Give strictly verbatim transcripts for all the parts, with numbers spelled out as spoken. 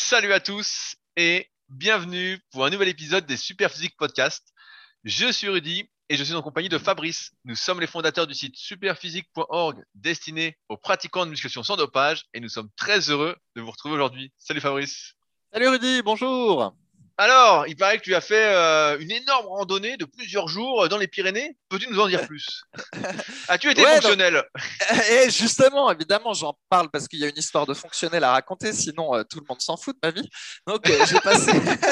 Salut à tous et bienvenue pour un nouvel épisode des Superphysique Podcast. Je suis Rudy et je suis en compagnie de Fabrice. Nous sommes les fondateurs du site superphysique point org destiné aux pratiquants de musculation sans dopage et nous sommes très heureux de vous retrouver aujourd'hui. Salut Fabrice. Salut Rudy, bonjour. Alors, il paraît que tu as fait euh, une énorme randonnée de plusieurs jours euh, dans les Pyrénées. Peux-tu nous en dire plus? As-tu été Ouais, donc, fonctionnel? et justement, évidemment, j'en parle parce qu'il y a une histoire de fonctionnel à raconter, sinon euh, tout le monde s'en fout de ma vie. Donc, euh, j'ai passé,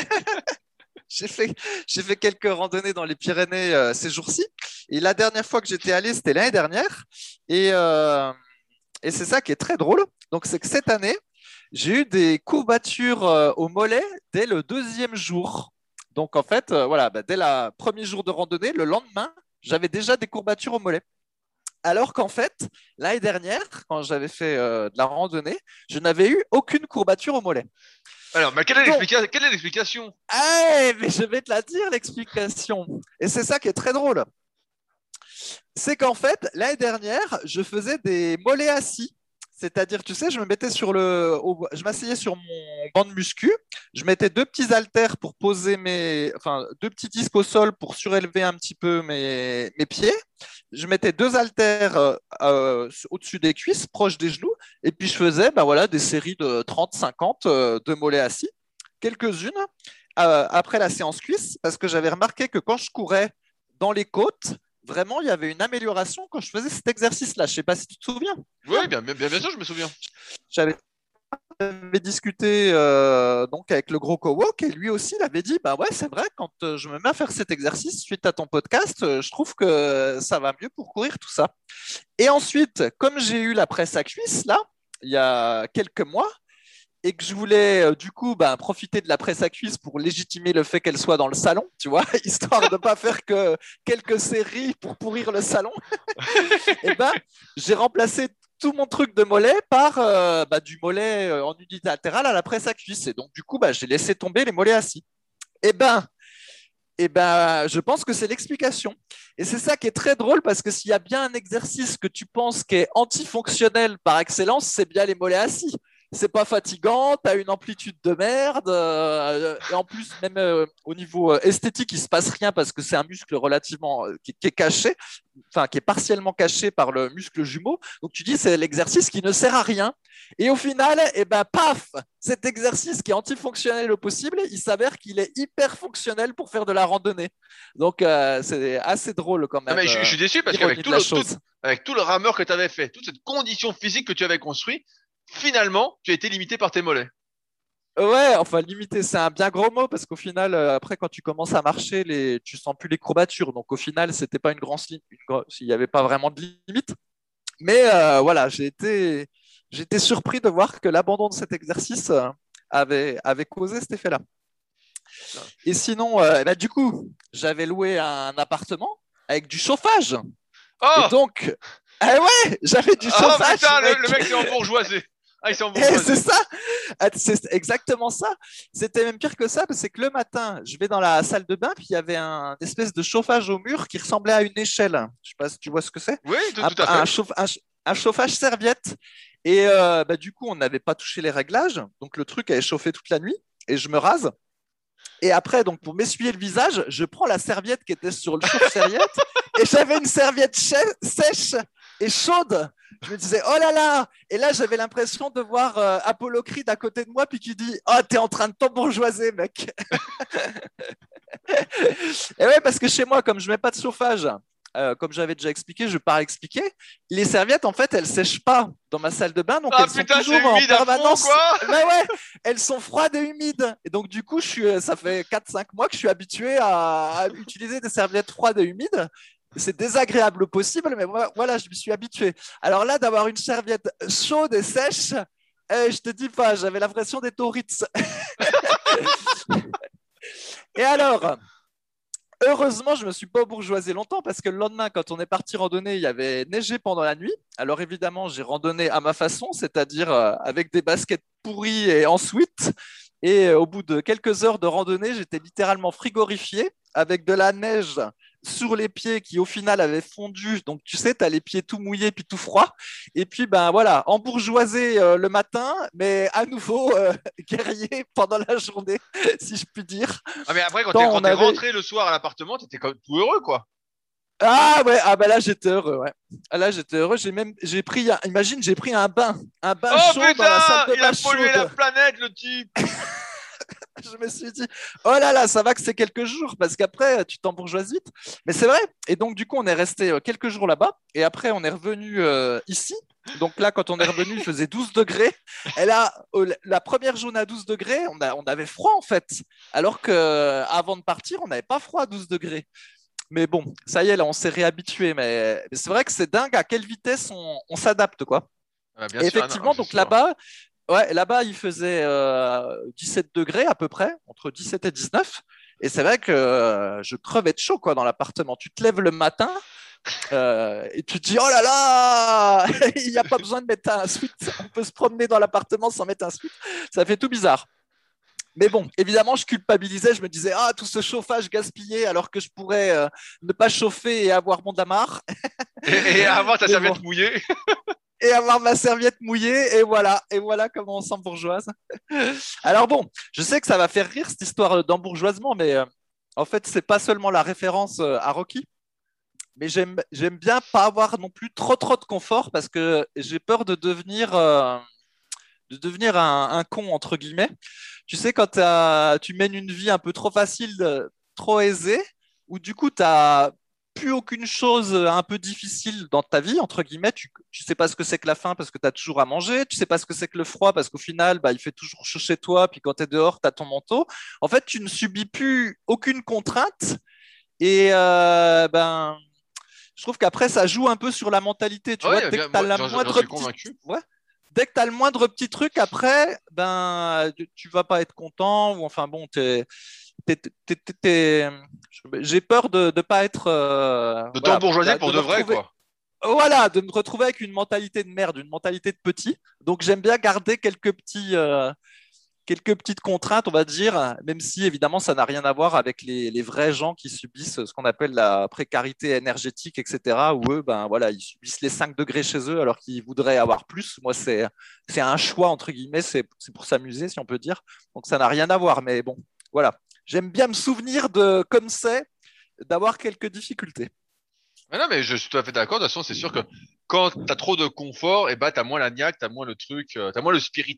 j'ai fait, j'ai fait quelques randonnées dans les Pyrénées euh, ces jours-ci. Et la dernière fois que j'étais allé, c'était l'année dernière. Et, euh, et c'est ça qui est très drôle. Donc, c'est que cette année, j'ai eu des courbatures euh, au mollet dès le deuxième jour. Donc, en fait, euh, voilà, bah, dès le premier jour de randonnée, le lendemain, j'avais déjà des courbatures au mollet. Alors qu'en fait, l'année dernière, quand j'avais fait euh, de la randonnée, je n'avais eu aucune courbature au mollet. Alors, mais quelle est Donc, l'explica- quelle est l'explication? ah, mais je vais te la dire, l'explication. Et c'est ça qui est très drôle. C'est qu'en fait, l'année dernière, je faisais des mollets assis. C'est-à-dire, tu sais, je me mettais sur le, au- je m'asseyais sur mon banc de muscu, je mettais deux petits haltères pour poser mes, enfin, deux petits disques au sol pour surélever un petit peu mes, mes pieds. Je mettais deux haltères euh, euh, au-dessus des cuisses, proches des genoux, et puis je faisais, ben voilà, des séries de trente, cinquante euh, de mollets assis, quelques-unes euh, après la séance cuisse, parce que j'avais remarqué que quand je courais dans les côtes, vraiment, il y avait une amélioration quand je faisais cet exercice-là. Je ne sais pas si tu te souviens. Oui, bien, bien, bien, bien sûr, je me souviens. J'avais discuté euh, donc avec le gros co-walk et lui aussi il avait dit bah ouais c'est vrai quand euh, je me mets à faire cet exercice suite à ton podcast euh, je trouve que ça va mieux pour courir tout ça. Et ensuite comme j'ai eu la presse à cuisse là il y a quelques mois et que je voulais euh, du coup bah, profiter de la presse à cuisse pour légitimer le fait qu'elle soit dans le salon, tu vois, histoire de ne pas faire que quelques séries pour pourrir le salon, et ben j'ai remplacé tout mon truc de mollet par euh, bah, du mollet euh, en unilatéral à la presse à cuisse. Et donc du coup, bah, j'ai laissé tomber les mollets assis. Et ben, et ben, je pense que c'est l'explication. Et c'est ça qui est très drôle parce que s'il y a bien un exercice que tu penses qui est antifonctionnel par excellence, c'est bien les mollets assis. C'est pas fatigant, tu as une amplitude de merde, euh, et en plus, même euh, au niveau euh, esthétique, il se passe rien parce que c'est un muscle relativement euh, qui, qui est caché, enfin qui est partiellement caché par le muscle jumeau. Donc tu dis c'est l'exercice qui ne sert à rien. Et au final, eh ben paf, cet exercice qui est antifonctionnel au possible, il s'avère qu'il est hyper fonctionnel pour faire de la randonnée. Donc euh, c'est assez drôle quand Non, même, mais je, je euh, suis déçu parce qu'avec l'ironie de tout la le, tout, chose. avec tout le rameur que tu avais fait, toute cette condition physique que tu avais construit, finalement, tu as été limité par tes mollets. Ouais, enfin limité, c'est un bien gros mot parce qu'au final, euh, après quand tu commences à marcher, les... tu sens plus les courbatures. Donc au final, c'était pas une grande limite, il n'y avait pas vraiment de limite. Mais euh, voilà, j'ai été, j'ai été surpris de voir que l'abandon de cet exercice euh, avait, avait causé cet effet-là. Et sinon, euh, bah, du coup, j'avais loué un appartement avec du chauffage. Et Oh! donc, ah ouais, j'avais du Oh chauffage, putain, le, le mec. mec s'est embourgeoisé. Ah, il s'est Et c'est embourgeoisé. ça, ah, c'est exactement ça. C'était même pire que ça, parce que c'est que le matin, je vais dans la salle de bain, puis il y avait un espèce de chauffage au mur qui ressemblait à une échelle. Je sais pas si tu vois ce que c'est. Oui, tout, Un, tout à un, fait. chauffe- un ch- un chauffage serviette. Et euh, bah, du coup, on n'avait pas touché les réglages, donc le truc avait chauffé toute la nuit. Et je me rase. Et après, donc pour m'essuyer le visage, je prends la serviette qui était sur le chauffe-serviette et j'avais une serviette chè- sèche et chaude. Je me disais, oh là là! Et là, j'avais l'impression de voir euh, Apollo Creed à côté de moi, puis qui dit, oh, t'es en train de t'embourgeoiser, mec. Et ouais, parce que chez moi, comme je mets pas de chauffage, euh, comme j'avais déjà expliqué, je ne vais pas expliquer, les serviettes, en fait, elles sèchent pas dans ma salle de bain, donc Ah elles sont putain, c'est toujours en humide à fond, permanence. quoi! Ben ouais, elles sont froides et humides. Et donc, du coup, je suis, euh, ça fait quatre cinq mois que je suis habitué à, à utiliser des serviettes froides et humides. C'est désagréable au possible, mais moi, voilà, je me suis habitué. Alors là, d'avoir une serviette chaude et sèche, eh, je te dis pas, j'avais l'impression d'être au Ritz. Et alors, heureusement, je ne me suis pas bourgeoisé longtemps parce que le lendemain, quand on est parti randonner, il y avait neigé pendant la nuit. Alors évidemment, j'ai randonné à ma façon, c'est-à-dire euh, avec des baskets pourries et en sweat. Et euh, au bout de quelques heures de randonnée, j'étais littéralement frigorifié avec de la neige sur les pieds qui au final avaient fondu. Donc tu sais, tu as les pieds tout mouillés puis tout froids. Et puis ben voilà, embourgeoisé euh, le matin, mais à nouveau euh, guerrier pendant la journée, si je puis dire. Ah, mais après, quand t'es, Tant quand on t'es avait... rentré le soir à l'appartement, t'étais comme tout heureux, quoi. Ah ouais, ah ben là j'étais heureux, ouais. Ah, là j'étais heureux, j'ai même j'ai pris un- imagine, j'ai pris un bain, un bain Oh chaud dans la salle putain, de il a bain pollué la chaude. planète, le type. Je me suis dit, oh là là, ça va que c'est quelques jours, parce qu'après, tu t'embourgeoises vite. Mais c'est vrai. Et donc, du coup, on est resté euh, quelques jours là-bas. Et après, on est revenu euh, ici. Donc là, quand on est revenu, il faisait douze degrés. Et là, euh, la première journée à douze degrés, on, a, on avait froid, en fait. Alors qu'avant de partir, on n'avait pas froid à douze degrés. Mais bon, ça y est, là, on s'est réhabitué. Mais, mais c'est vrai que c'est dingue à quelle vitesse on, on s'adapte, quoi. Ah, bien Et sûr, ah non, effectivement, c'est donc sûr. là-bas, ouais, là-bas, il faisait euh, dix-sept degrés à peu près, entre dix-sept et dix-neuf. Et c'est vrai que euh, je crevais de chaud quoi, dans l'appartement. Tu te lèves le matin euh, et tu te dis, oh là là, il n'y a pas besoin de mettre un sweat. On peut se promener dans l'appartement sans mettre un sweat. Ça fait tout bizarre. Mais bon, évidemment, je culpabilisais. Je me disais, ah, tout ce chauffage gaspillé alors que je pourrais euh, ne pas chauffer et avoir mon damar. Et, et avoir ta Mais bon, serviette mouillée. et avoir ma serviette mouillée, et voilà, et voilà comment on s'embourgeoise. Alors bon, je sais que ça va faire rire cette histoire d'embourgeoisement, mais euh, en fait, c'est pas seulement la référence euh, à Rocky, mais j'aime j'aime bien pas avoir non plus trop trop de confort parce que j'ai peur de devenir euh, de devenir un, un con entre guillemets. Tu sais, quand t'as- tu mènes une vie un peu trop facile, euh, trop aisée, où du coup, tu n'as plus aucune chose un peu difficile dans ta vie, entre guillemets, tu ne sais pas ce que c'est que la faim parce que tu as toujours à manger, tu sais pas ce que c'est que le froid parce qu'au final, bah, il fait toujours chaud chez toi, puis quand tu es dehors, tu as ton manteau. En fait, tu ne subis plus aucune contrainte et euh, ben, je trouve qu'après, ça joue un peu sur la mentalité, tu Ah vois, oui, dès que bien, tu as moi, la j'en j'en moindre suis petite... convaincu. Ouais, dès que tu as le moindre petit truc, après, ben, tu, tu vas pas être content, ou enfin bon, t'es, t'es- t'es- t'es- t'es- j'ai peur de ne pas être, euh, De voilà, t'embourgeoiser de pour me de vrai, retrouver, quoi. voilà, de me retrouver avec une mentalité de merde, une mentalité de petit. Donc j'aime bien garder quelques petits, euh, quelques petites contraintes, on va dire, même si évidemment ça n'a rien à voir avec les, les vrais gens qui subissent ce qu'on appelle la précarité énergétique, et cetera. Où eux, ben voilà, ils subissent les cinq degrés chez eux alors qu'ils voudraient avoir plus. Moi, c'est c'est un choix entre guillemets, c'est c'est pour s'amuser si on peut dire. Donc ça n'a rien à voir, mais bon, voilà. J'aime bien me souvenir de comme c'est d'avoir quelques difficultés. Mais non, mais je suis tout à fait d'accord. De toute façon, c'est sûr que quand t'as trop de confort, et bah, t'as moins la niaque, t'as moins le truc, euh, t'as moins le spirit.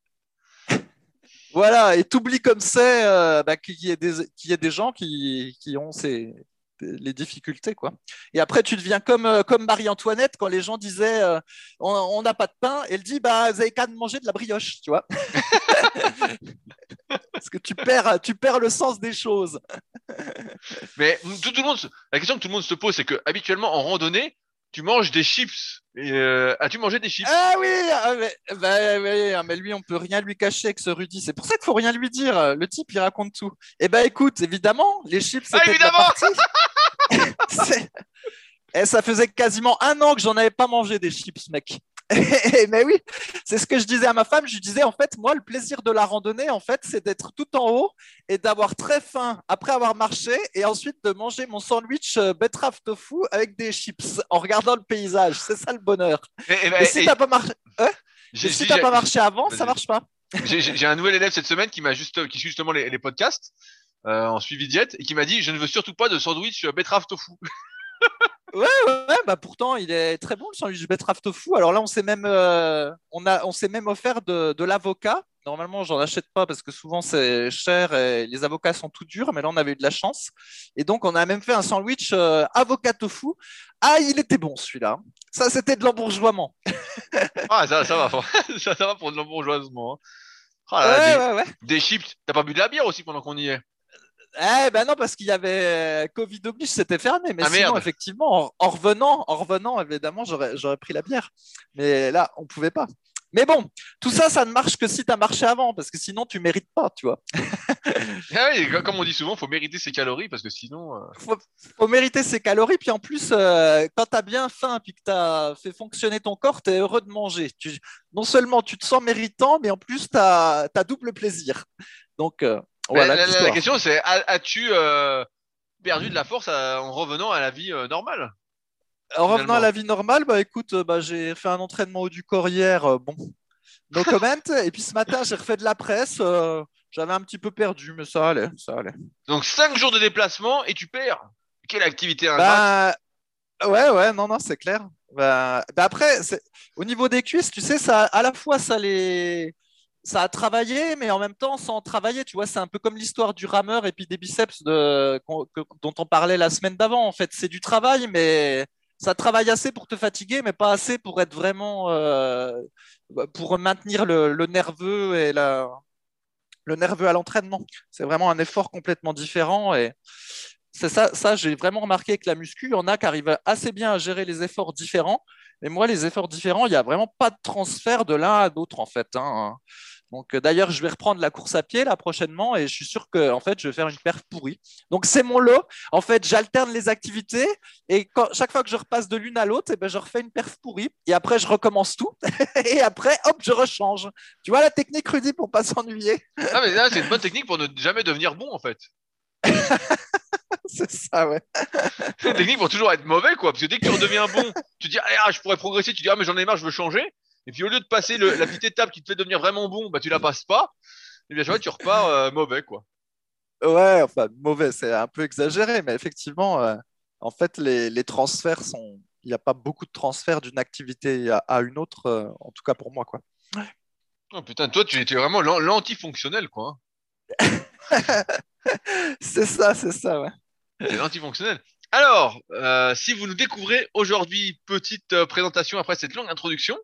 Voilà, et t'oublies comme c'est euh, bah, qu'il y ait des, qu'il y ait des gens qui, qui ont ces, les difficultés, quoi. Et après, tu deviens comme, euh, comme Marie-Antoinette quand les gens disaient euh, on on n'a pas de pain, elle dit bah, vous avez qu'à manger de la brioche, tu vois. Parce que tu perds, tu perds le sens des choses. Mais tout, tout le monde, se- la question que tout le monde se pose, c'est que habituellement en randonnée, tu manges des chips. Et, euh, as-tu mangé des chips? Ah oui, ah, mais, bah, ouais, ah, mais lui, on peut rien lui cacher avec ce Rudy. C'est pour ça qu'il faut rien lui dire. Le type, il raconte tout. Eh ben, écoute, évidemment, les chips, Ah, c'était de la évidemment! partie. C'est- Et ça faisait quasiment un an que j'en avais pas mangé des chips, mec. Mais oui, c'est ce que je disais à ma femme. Je lui disais, en fait, moi, le plaisir de la randonnée, en fait, c'est d'être tout en haut et d'avoir très faim après avoir marché et ensuite de manger mon sandwich euh, betterave tofu avec des chips en regardant le paysage. C'est ça le bonheur. Et, et, Mais ben, si et t'as pas marché, hein mais j'ai, si si, t'as j'ai, pas j'ai- marché avant, ça vas-y. marche pas. J'ai j'ai- j'ai un nouvel élève cette semaine qui m'a juste, qui suit justement les, les podcasts, euh, en suivi diète, et qui m'a dit, je ne veux surtout pas de sandwich euh, betterave tofu. Ouais, ouais, ouais, bah pourtant il est très bon le sandwich betterave tofu. Alors là, on s'est même, euh, on a, on s'est même offert de, de l'avocat. Normalement, j'en achète pas parce que souvent c'est cher et les avocats sont tout durs, mais là on avait eu de la chance. Et donc on a même fait un sandwich euh, avocat tofu. Ah, il était bon celui-là. Ça, c'était de l'embourgeoisement. Ah, ça, ça va, ça, ça va pour de l'embourgeoisement, hein. Ah là là, Ouais, des, ouais, ouais. des chips. T'as pas bu de la bière aussi pendant qu'on y est? Eh ben non, parce qu'il y avait euh, Covid oblige, c'était fermé. Mais Ah sinon, merde. effectivement, en, en revenant, en revenant, évidemment, j'aurais, j'aurais pris la bière. Mais là, on pouvait pas. Mais bon, tout ça, ça ne marche que si tu as marché avant, parce que sinon, tu mérites pas, tu vois. Ah oui, co- comme on dit souvent, faut mériter ses calories parce que sinon. euh, Faut, faut mériter ses calories, puis en plus, euh, quand tu as bien faim, puis que tu as fait fonctionner ton corps, tu es heureux de manger. Tu- non seulement tu te sens méritant, mais en plus, tu as double plaisir. Donc, euh, Mais voilà la, la- la l'histoire. question c'est, as- as-tu, euh, perdu de la force à- en revenant à la vie euh, normale, En revenant à finalement. la vie normale, bah écoute, euh, bah, j'ai fait un entraînement haut du corps hier, euh, bon, no comment. Et puis ce matin, j'ai refait de la presse. euh, j'avais un petit peu perdu, mais ça allait, ça allait. Donc cinq jours de déplacement et tu perds. Quelle activité ingrate. Bah ouais, ouais, non, non, c'est clair. Bah, bah après, c'est- au niveau des cuisses, tu sais, ça, à la fois, ça les, ça a travaillé, mais en même temps, sans travailler, tu vois, c'est un peu comme l'histoire du rameur et puis des biceps de, qu'on- que- dont on parlait la semaine d'avant. En fait, c'est du travail, mais ça travaille assez pour te fatiguer, mais pas assez pour être vraiment, euh, pour maintenir le, le nerveux et la, le nerveux à l'entraînement. C'est vraiment un effort complètement différent et c'est ça, ça j'ai vraiment remarqué que la muscu, il y en a qui arrivent assez bien à gérer les efforts différents. Et moi, les efforts différents, il n'y a vraiment pas de transfert de l'un à l'autre, en fait, hein. Donc, euh, d'ailleurs, je vais reprendre la course à pied là prochainement et je suis sûr que en fait, je vais faire une perf pourrie. Donc, c'est mon lot. En fait, j'alterne les activités et quand, chaque fois que je repasse de l'une à l'autre, eh ben, je refais une perf pourrie et après, je recommence tout et après, hop, je rechange. Tu vois la technique, Rudy, pour pas s'ennuyer? Ah mais là, c'est une bonne technique pour ne jamais devenir bon en fait. C'est ça, ouais. C'est une technique pour toujours être mauvais quoi. Parce que dès que tu redeviens bon, tu te dis ah, je pourrais progresser, tu te dis ah mais j'en ai marre, je veux changer. Et puis au lieu de passer le- la petite étape qui te fait devenir vraiment bon, bah tu la passes pas. Et bien tu repars euh, mauvais quoi. Ouais, enfin, mauvais, c'est un peu exagéré, mais effectivement, euh, en fait, les, les transferts sont. Il n'y a pas beaucoup de transferts d'une activité à, à une autre, euh, en tout cas pour moi, quoi. Oh putain, toi tu étais vraiment l'an- l'antifonctionnel quoi, hein. C'est ça, c'est ça, ouais. C'est l'antifonctionnel. Alors, euh, si vous nous découvrez aujourd'hui, petite euh, présentation après cette longue introduction.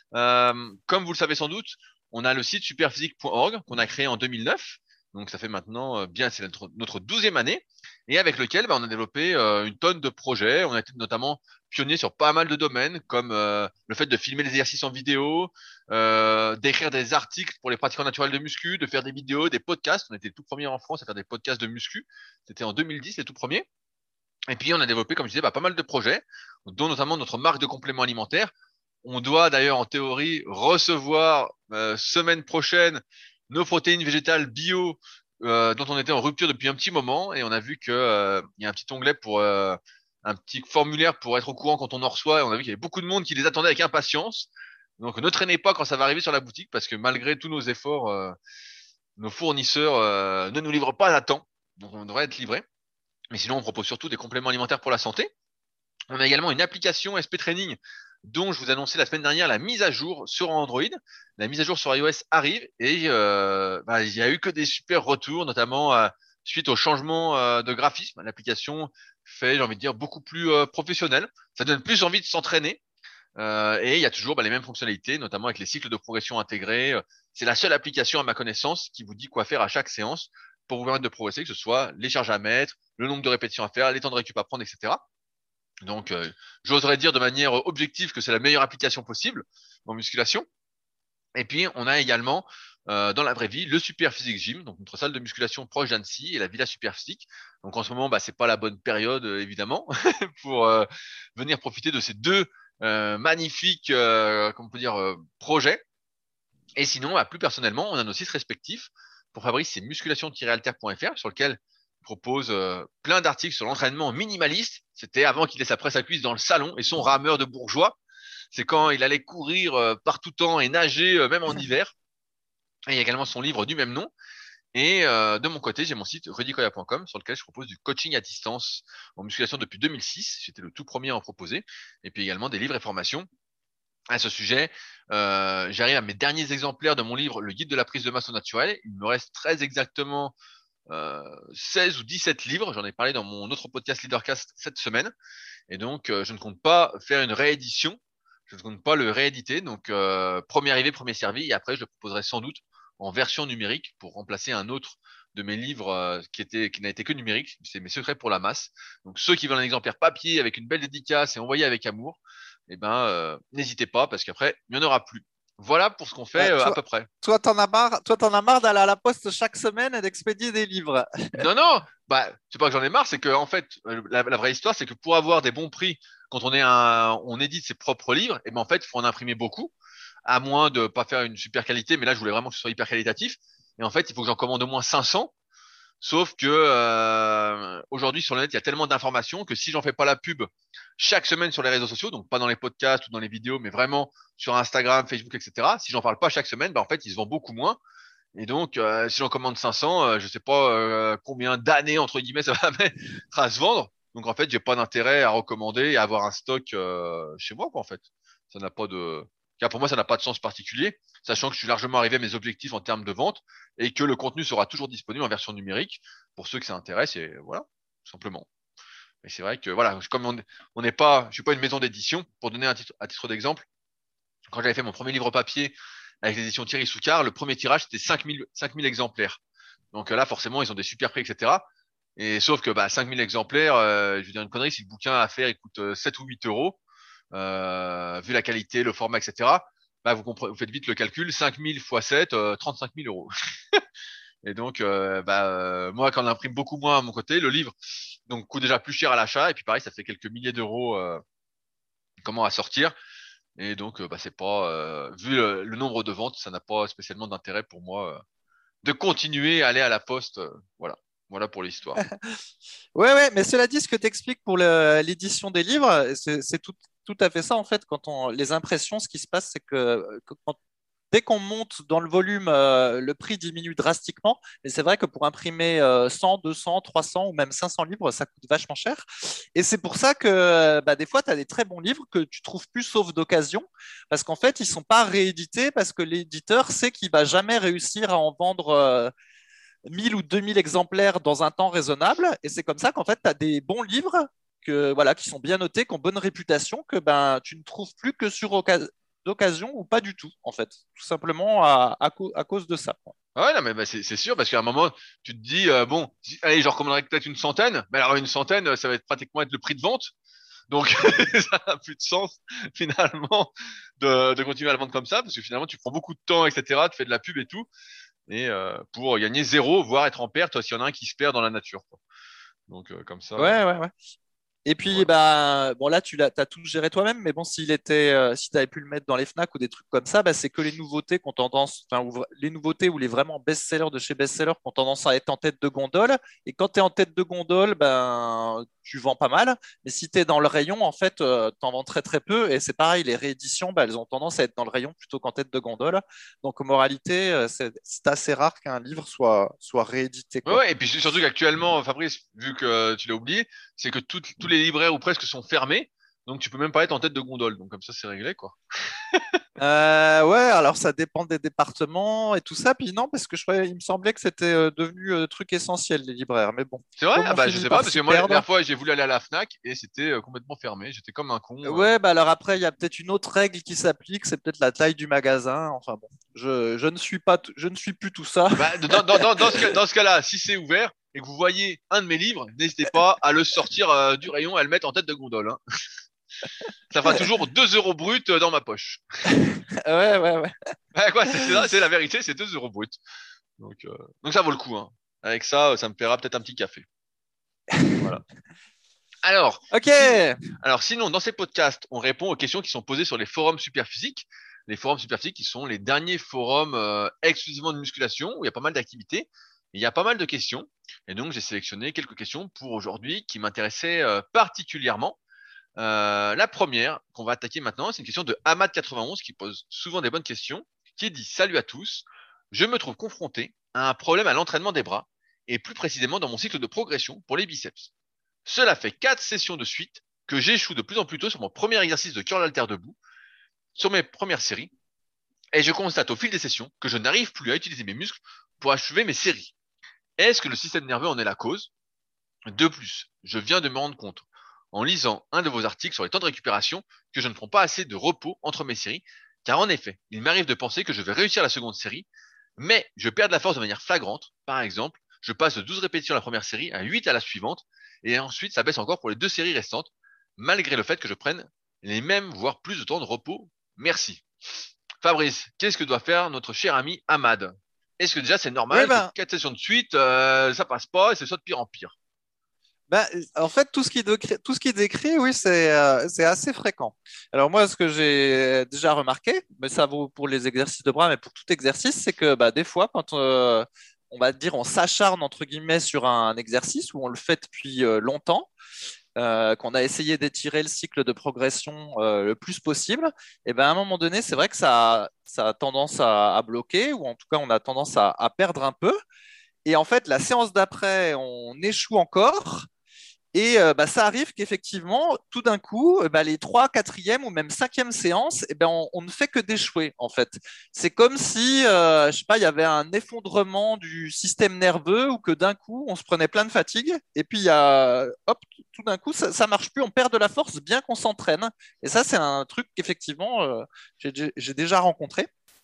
Euh, comme vous le savez sans doute, on a le site superphysique point org qu'on a créé en deux mille neuf. Donc ça fait maintenant euh, bien, c'est notre, notre douzième année. Et avec lequel bah, on a développé euh, une tonne de projets. On a été notamment pionnier sur pas mal de domaines, comme euh, le fait de filmer les exercices en vidéo, euh, d'écrire des articles pour les pratiquants naturels de muscu, de faire des vidéos, des podcasts. On était les tout premiers en France à faire des podcasts de muscu. C'était en deux mille dix les tout premiers. Et puis on a développé, comme je disais, bah, pas mal de projets, dont notamment notre marque de compléments alimentaires. On doit d'ailleurs en théorie recevoir euh, semaine prochaine nos protéines végétales bio euh, dont on était en rupture depuis un petit moment et on a vu que euh, il y a un petit onglet pour euh, un petit formulaire pour être au courant quand on en reçoit et on a vu qu'il y avait beaucoup de monde qui les attendait avec impatience. Donc ne traînez pas quand ça va arriver sur la boutique parce que malgré tous nos efforts, euh, nos fournisseurs euh, ne nous livrent pas à temps. Donc on devrait être livré. Mais sinon on propose surtout des compléments alimentaires pour la santé. On a également une application S P Training dont je vous annonçais la semaine dernière la mise à jour sur Android. La mise à jour sur iOS arrive et euh, bah, il y a eu que des super retours, notamment euh, suite au changement euh, de graphisme. L'application fait, j'ai envie de dire, beaucoup plus euh, professionnel. Ça donne plus envie de s'entraîner. Euh, et il y a toujours bah, les mêmes fonctionnalités, notamment avec les cycles de progression intégrés. C'est la seule application à ma connaissance qui vous dit quoi faire à chaque séance pour vous permettre de progresser, que ce soit les charges à mettre, le nombre de répétitions à faire, les temps de récup à prendre, et cetera. Donc, euh, j'oserais dire de manière objective que c'est la meilleure application possible en musculation. Et puis, on a également, euh, dans la vraie vie, le Super Physique Gym, donc notre salle de musculation proche d'Annecy et la Villa Super Physique. Donc, en ce moment, bah, c'est pas la bonne période, euh, évidemment, pour euh, venir profiter de ces deux euh, magnifiques, euh, comment on peut dire, euh, projets. Et sinon, bah, plus personnellement, on a nos sites respectifs. Pour Fabrice, c'est musculation-alter point f r sur lequel il propose euh, plein d'articles sur l'entraînement minimaliste. C'était avant qu'il ait sa presse à cuisse dans le salon et son rameur de bourgeois. C'est quand il allait courir euh, par tout temps et nager euh, même en hiver. Et il y a également son livre du même nom. Et euh, de mon côté, j'ai mon site rudicoya point com sur lequel je propose du coaching à distance en musculation depuis deux mille six. J'étais le tout premier à en proposer. Et puis également des livres et formations à ce sujet. Euh, j'arrive à mes derniers exemplaires de mon livre, Le guide de la prise de masse au naturel. Il me reste très exactement euh, seize ou dix-sept livres. J'en ai parlé dans mon autre podcast Leadercast cette semaine. Et donc, euh, je ne compte pas faire une réédition. Je ne compte pas le rééditer. Donc, euh, premier arrivé, premier servi. Et après, je le proposerai sans doute en version numérique pour remplacer un autre de mes livres euh, qui était qui n'a été que numérique. C'est Mes secrets pour la masse. Donc, ceux qui veulent un exemplaire papier avec une belle dédicace et envoyé avec amour, eh ben, euh, n'hésitez pas parce qu'après, il n'y en aura plus. Voilà pour ce qu'on fait Bah, euh, à toi, peu près. toi, t'en as marre, toi, t'en as marre d'aller à la poste chaque semaine et d'expédier des livres. Non, non, bah, c'est pas que j'en ai marre, c'est que en fait, euh, la, la vraie histoire, c'est que pour avoir des bons prix, quand on est un, on édite ses propres livres, et ben en fait, il faut en imprimer beaucoup, à moins de pas faire une super qualité, mais là, je voulais vraiment que ce soit hyper qualitatif. Et en fait, il faut que j'en commande au moins cinq cents. Sauf que euh, aujourd'hui sur le net, il y a tellement d'informations que si j'en fais pas la pub chaque semaine sur les réseaux sociaux, donc pas dans les podcasts ou dans les vidéos, mais vraiment sur Instagram, Facebook, et cetera. Si j'en parle pas chaque semaine, bah en fait, ils se vendent beaucoup moins. Et donc, euh, si j'en commande cinq cents, euh, je sais pas euh, combien d'années entre guillemets ça va mettre à se vendre. Donc en fait, j'ai pas d'intérêt à recommander et à avoir un stock euh, chez moi, quoi, en fait. Ça n'a pas de, car pour moi, ça n'a pas de sens particulier, sachant que je suis largement arrivé à mes objectifs en termes de vente et que le contenu sera toujours disponible en version numérique pour ceux que ça intéresse et voilà, tout simplement. Mais c'est vrai que voilà, comme on on n'est pas, je suis pas une maison d'édition. Pour donner un titre, à titre d'exemple, quand j'avais fait mon premier livre papier avec l'édition Thierry Soucard, le premier tirage c'était cinq mille, cinq mille exemplaires. Donc euh, là, forcément, ils ont des super prix, et cetera. Et sauf que bah, cinq mille exemplaires, euh, je veux dire une connerie, si le bouquin à faire il coûte euh, sept ou huit euros, euh, vu la qualité, le format, et cetera. Bah, vous, comprenez, vous faites vite le calcul, cinq mille fois sept, euh, trente-cinq mille euros. Et donc, euh, bah, euh, moi, quand on imprime beaucoup moins à mon côté, le livre donc coûte déjà plus cher à l'achat. Et puis pareil, ça fait quelques milliers d'euros euh, comment à sortir. Et donc, euh, bah, c'est pas euh, vu le, le nombre de ventes, ça n'a pas spécialement d'intérêt pour moi euh, de continuer à aller à la poste. Euh, voilà, voilà pour l'histoire. Ouais, ouais, mais cela dit, ce que tu expliques pour le- l'édition des livres, c'est c'est tout, tout à fait ça en fait. Quand on les impressions, ce qui se passe, c'est que, que quand- dès qu'on monte dans le volume, euh, le prix diminue drastiquement. Et c'est vrai que pour imprimer euh, cent, deux cents, trois cents ou même cinq cents livres, ça coûte vachement cher. Et c'est pour ça que bah, des fois, tu as des très bons livres que tu trouves plus sauf d'occasion, parce qu'en fait, ils sont pas réédités parce que l'éditeur sait qu'il va jamais réussir à en vendre. euh, mille ou deux mille exemplaires dans un temps raisonnable. Et c'est comme ça qu'en fait, tu as des bons livres que, voilà, qui sont bien notés, qui ont bonne réputation, que ben, tu ne trouves plus que sur occasion d'occasion ou pas du tout, en fait. Tout simplement à, à, co- à cause de ça. Ah ouais, non, mais bah, c'est c'est sûr, parce qu'à un moment, tu te dis, euh, bon, si- allez, j'en recommanderais peut-être une centaine. Mais alors, une centaine, euh, ça va être pratiquement être le prix de vente. Donc, ça n'a plus de sens, finalement, de, de continuer à le vendre comme ça, parce que finalement, tu prends beaucoup de temps, et cetera, tu fais de la pub et tout, et euh, pour gagner zéro, voire être en perte, s'il y en a un qui se perd dans la nature, quoi. Donc, euh, comme ça, euh, Ouais, ouais, ouais. Et puis, voilà. bah, bon, là, tu l'as, t'as tout géré toi-même, mais bon, s'il était, euh, si tu avais pu le mettre dans les Fnac ou des trucs comme ça, bah, c'est que les nouveautés qui ont tendance, enfin, ou vra- les nouveautés ou les vraiment best-sellers de chez best-sellers qui ont tendance à être en tête de gondole. Et quand tu es en tête de gondole, ben, tu vends pas mal. Mais si tu es dans le rayon, en fait, tu en vends très, très peu. Et c'est pareil, les rééditions, bah, elles ont tendance à être dans le rayon plutôt qu'en tête de gondole. Donc, en moralité, euh, c'est c'est assez rare qu'un livre soit, soit réédité, Ouais, quoi. ouais, et puis surtout qu'actuellement, Fabrice, vu que tu l'as oublié, c'est que toutes- tous les libraires ou presque sont fermés, donc tu peux même pas être en tête de gondole. Donc, comme ça, c'est réglé, quoi. Euh, ouais, alors ça dépend des départements et tout ça. Puis non, parce que je croyais, il me semblait que c'était euh, devenu euh, truc essentiel, les libraires. Mais bon, C'est vrai? comme Ah on bah, je finit sais pas, par parce que s'y moi, la perdre. dernière fois, j'ai voulu aller à la Fnac et c'était euh, complètement fermé. J'étais comme un con. euh. Ouais, bah alors après, il y a peut-être une autre règle qui s'applique, c'est peut-être la taille du magasin. Enfin bon, je, je ne suis pas, t- je ne suis plus tout ça. Bah, dans, dans, dans, dans ce cas, dans ce cas-là, si c'est ouvert et que vous voyez un de mes livres, n'hésitez pas à le sortir euh, du rayon et à le mettre en tête de gondole, hein. Ça fera toujours deux euros bruts euh, dans ma poche. Ouais, ouais, ouais. Ouais, quoi, c'est c'est ça, c'est la vérité, c'est deux euros bruts. Donc, euh, donc ça vaut le coup, hein. Avec ça, ça me paiera peut-être un petit café. Voilà. Alors, Ok. si, alors sinon, dans ces podcasts, on répond aux questions qui sont posées sur les forums Superphysique. Les forums Superphysique qui sont les derniers forums euh, exclusivement de musculation où il y a pas mal d'activités. Il y a pas mal de questions. Et donc, j'ai sélectionné quelques questions pour aujourd'hui qui m'intéressaient euh, particulièrement. Euh, la première qu'on va attaquer maintenant, c'est une question de Ahmad quatre-vingt-onze qui pose souvent des bonnes questions, qui dit: Salut à tous, je me trouve confronté à un problème à l'entraînement des bras, et plus précisément dans mon cycle de progression pour les biceps. Cela fait quatre sessions de suite que j'échoue de plus en plus tôt sur mon premier exercice de curl halter debout, sur mes premières séries, et je constate au fil des sessions que je n'arrive plus à utiliser mes muscles pour achever mes séries. Est-ce que le système nerveux en est la cause? De plus, je viens de me rendre compte, en lisant un de vos articles sur les temps de récupération, que je ne prends pas assez de repos entre mes séries, car en effet, il m'arrive de penser que je vais réussir la seconde série, mais je perds de la force de manière flagrante. Par exemple, je passe de douze répétitions à la première série à huit à la suivante, et ensuite ça baisse encore pour les deux séries restantes, malgré le fait que je prenne les mêmes, voire plus de temps de repos. Merci. Fabrice, qu'est-ce que doit faire notre cher ami Ahmad? Est-ce que déjà c'est Ouais, normal que ben, quatre sessions de suite, euh, ça passe pas et c'est soit de pire en pire? ben, en fait, tout ce qui décrit, tout ce qui décrit, oui, c'est euh, c'est assez fréquent. Alors moi, ce que j'ai déjà remarqué, mais ça vaut pour les exercices de bras, mais pour tout exercice, c'est que bah, des fois, quand euh, on va dire, on s'acharne entre guillemets sur un exercice où on le fait depuis euh, longtemps, euh, qu'on a essayé d'étirer le cycle de progression euh, le plus possible, et ben à un moment donné, c'est vrai que ça, ça a tendance à, à bloquer, ou en tout cas, on a tendance à, à perdre un peu. Et en fait, la séance d'après, on échoue encore. Et euh, bah, ça arrive qu'effectivement, tout d'un coup, euh, bah, les trois, quatrième ou même cinquième séances, eh ben, on, on ne fait que d'échouer, en fait. C'est comme si, euh, je sais pas, il y avait un effondrement du système nerveux ou que d'un coup, on se prenait plein de fatigue. Et puis, il y a, hop, tout d'un coup, ça, ça marche plus, on perd de la force bien qu'on s'entraîne. Et ça, c'est un truc qu'effectivement, euh, j'ai j'ai déjà rencontré.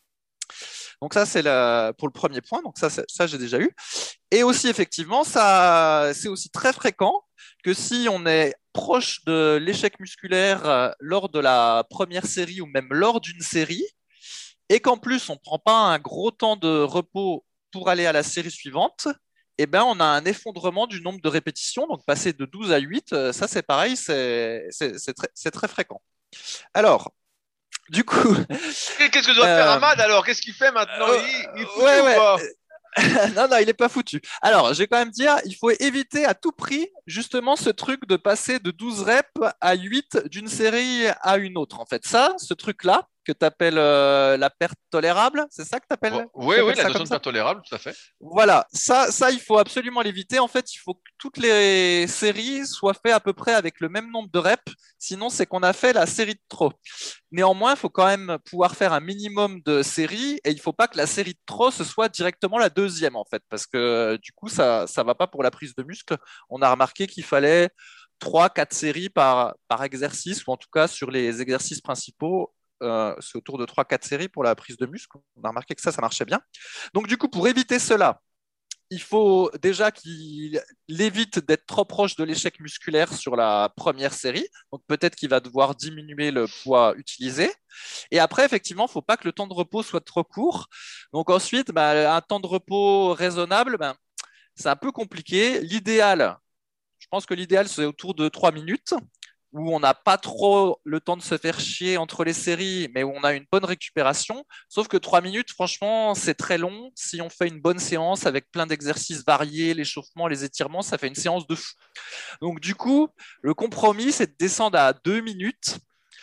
Donc ça, c'est la- pour le premier point. Donc ça, c'est- ça j'ai déjà eu. Et aussi, effectivement, ça, c'est aussi très fréquent que si on est proche de l'échec musculaire euh, lors de la première série ou même lors d'une série, et qu'en plus, on ne prend pas un gros temps de repos pour aller à la série suivante, eh ben, on a un effondrement du nombre de répétitions. Donc passer de douze à huit, euh, ça c'est pareil, c'est c'est- c'est très, c'est très fréquent. Alors, du coup, Qu'est-ce que doit faire euh, Ahmad alors? Qu'est-ce qu'il fait maintenant? euh, il, il est foutu ouais, ou ouais. pas? Non, non, il n'est pas foutu. Alors, je vais quand même dire, il faut éviter à tout prix justement ce truc de passer de douze reps à huit d'une série à une autre. En fait, ça, ce truc-là, que tu appelles la perte tolérable, c'est ça que tu Bon, appelles, oui, tu oui, appelles la ça notion comme de ça? perte tolérable, tout à fait. Voilà, ça, ça, il faut absolument l'éviter. En fait, il faut que toutes les séries soient faites à peu près avec le même nombre de reps. Sinon, c'est qu'on a fait la série de trop. Néanmoins, il faut quand même pouvoir faire un minimum de séries et il ne faut pas que la série de trop, ce soit directement la deuxième, en fait, parce que euh, du coup, ça ne va pas pour la prise de muscle. On a remarqué qu'il fallait trois, quatre séries par, par exercice, ou en tout cas sur les exercices principaux, euh, c'est autour de trois, quatre séries pour la prise de muscle. On a remarqué que ça, ça marchait bien. Donc, du coup, pour éviter cela, il faut déjà qu'il évite d'être trop proche de l'échec musculaire sur la première série. Donc peut-être qu'il va devoir diminuer le poids utilisé. Et après, effectivement, il ne faut pas que le temps de repos soit trop court. Donc ensuite, bah, un temps de repos raisonnable, ben, c'est un peu compliqué. L'idéal, je pense que l'idéal, c'est autour de trois minutes où on n'a pas trop le temps de se faire chier entre les séries, mais où on a une bonne récupération. Sauf que trois minutes, franchement, c'est très long. Si on fait une bonne séance avec plein d'exercices variés, l'échauffement, les étirements, ça fait une séance de fou. Donc du coup, le compromis, c'est de descendre à deux minutes.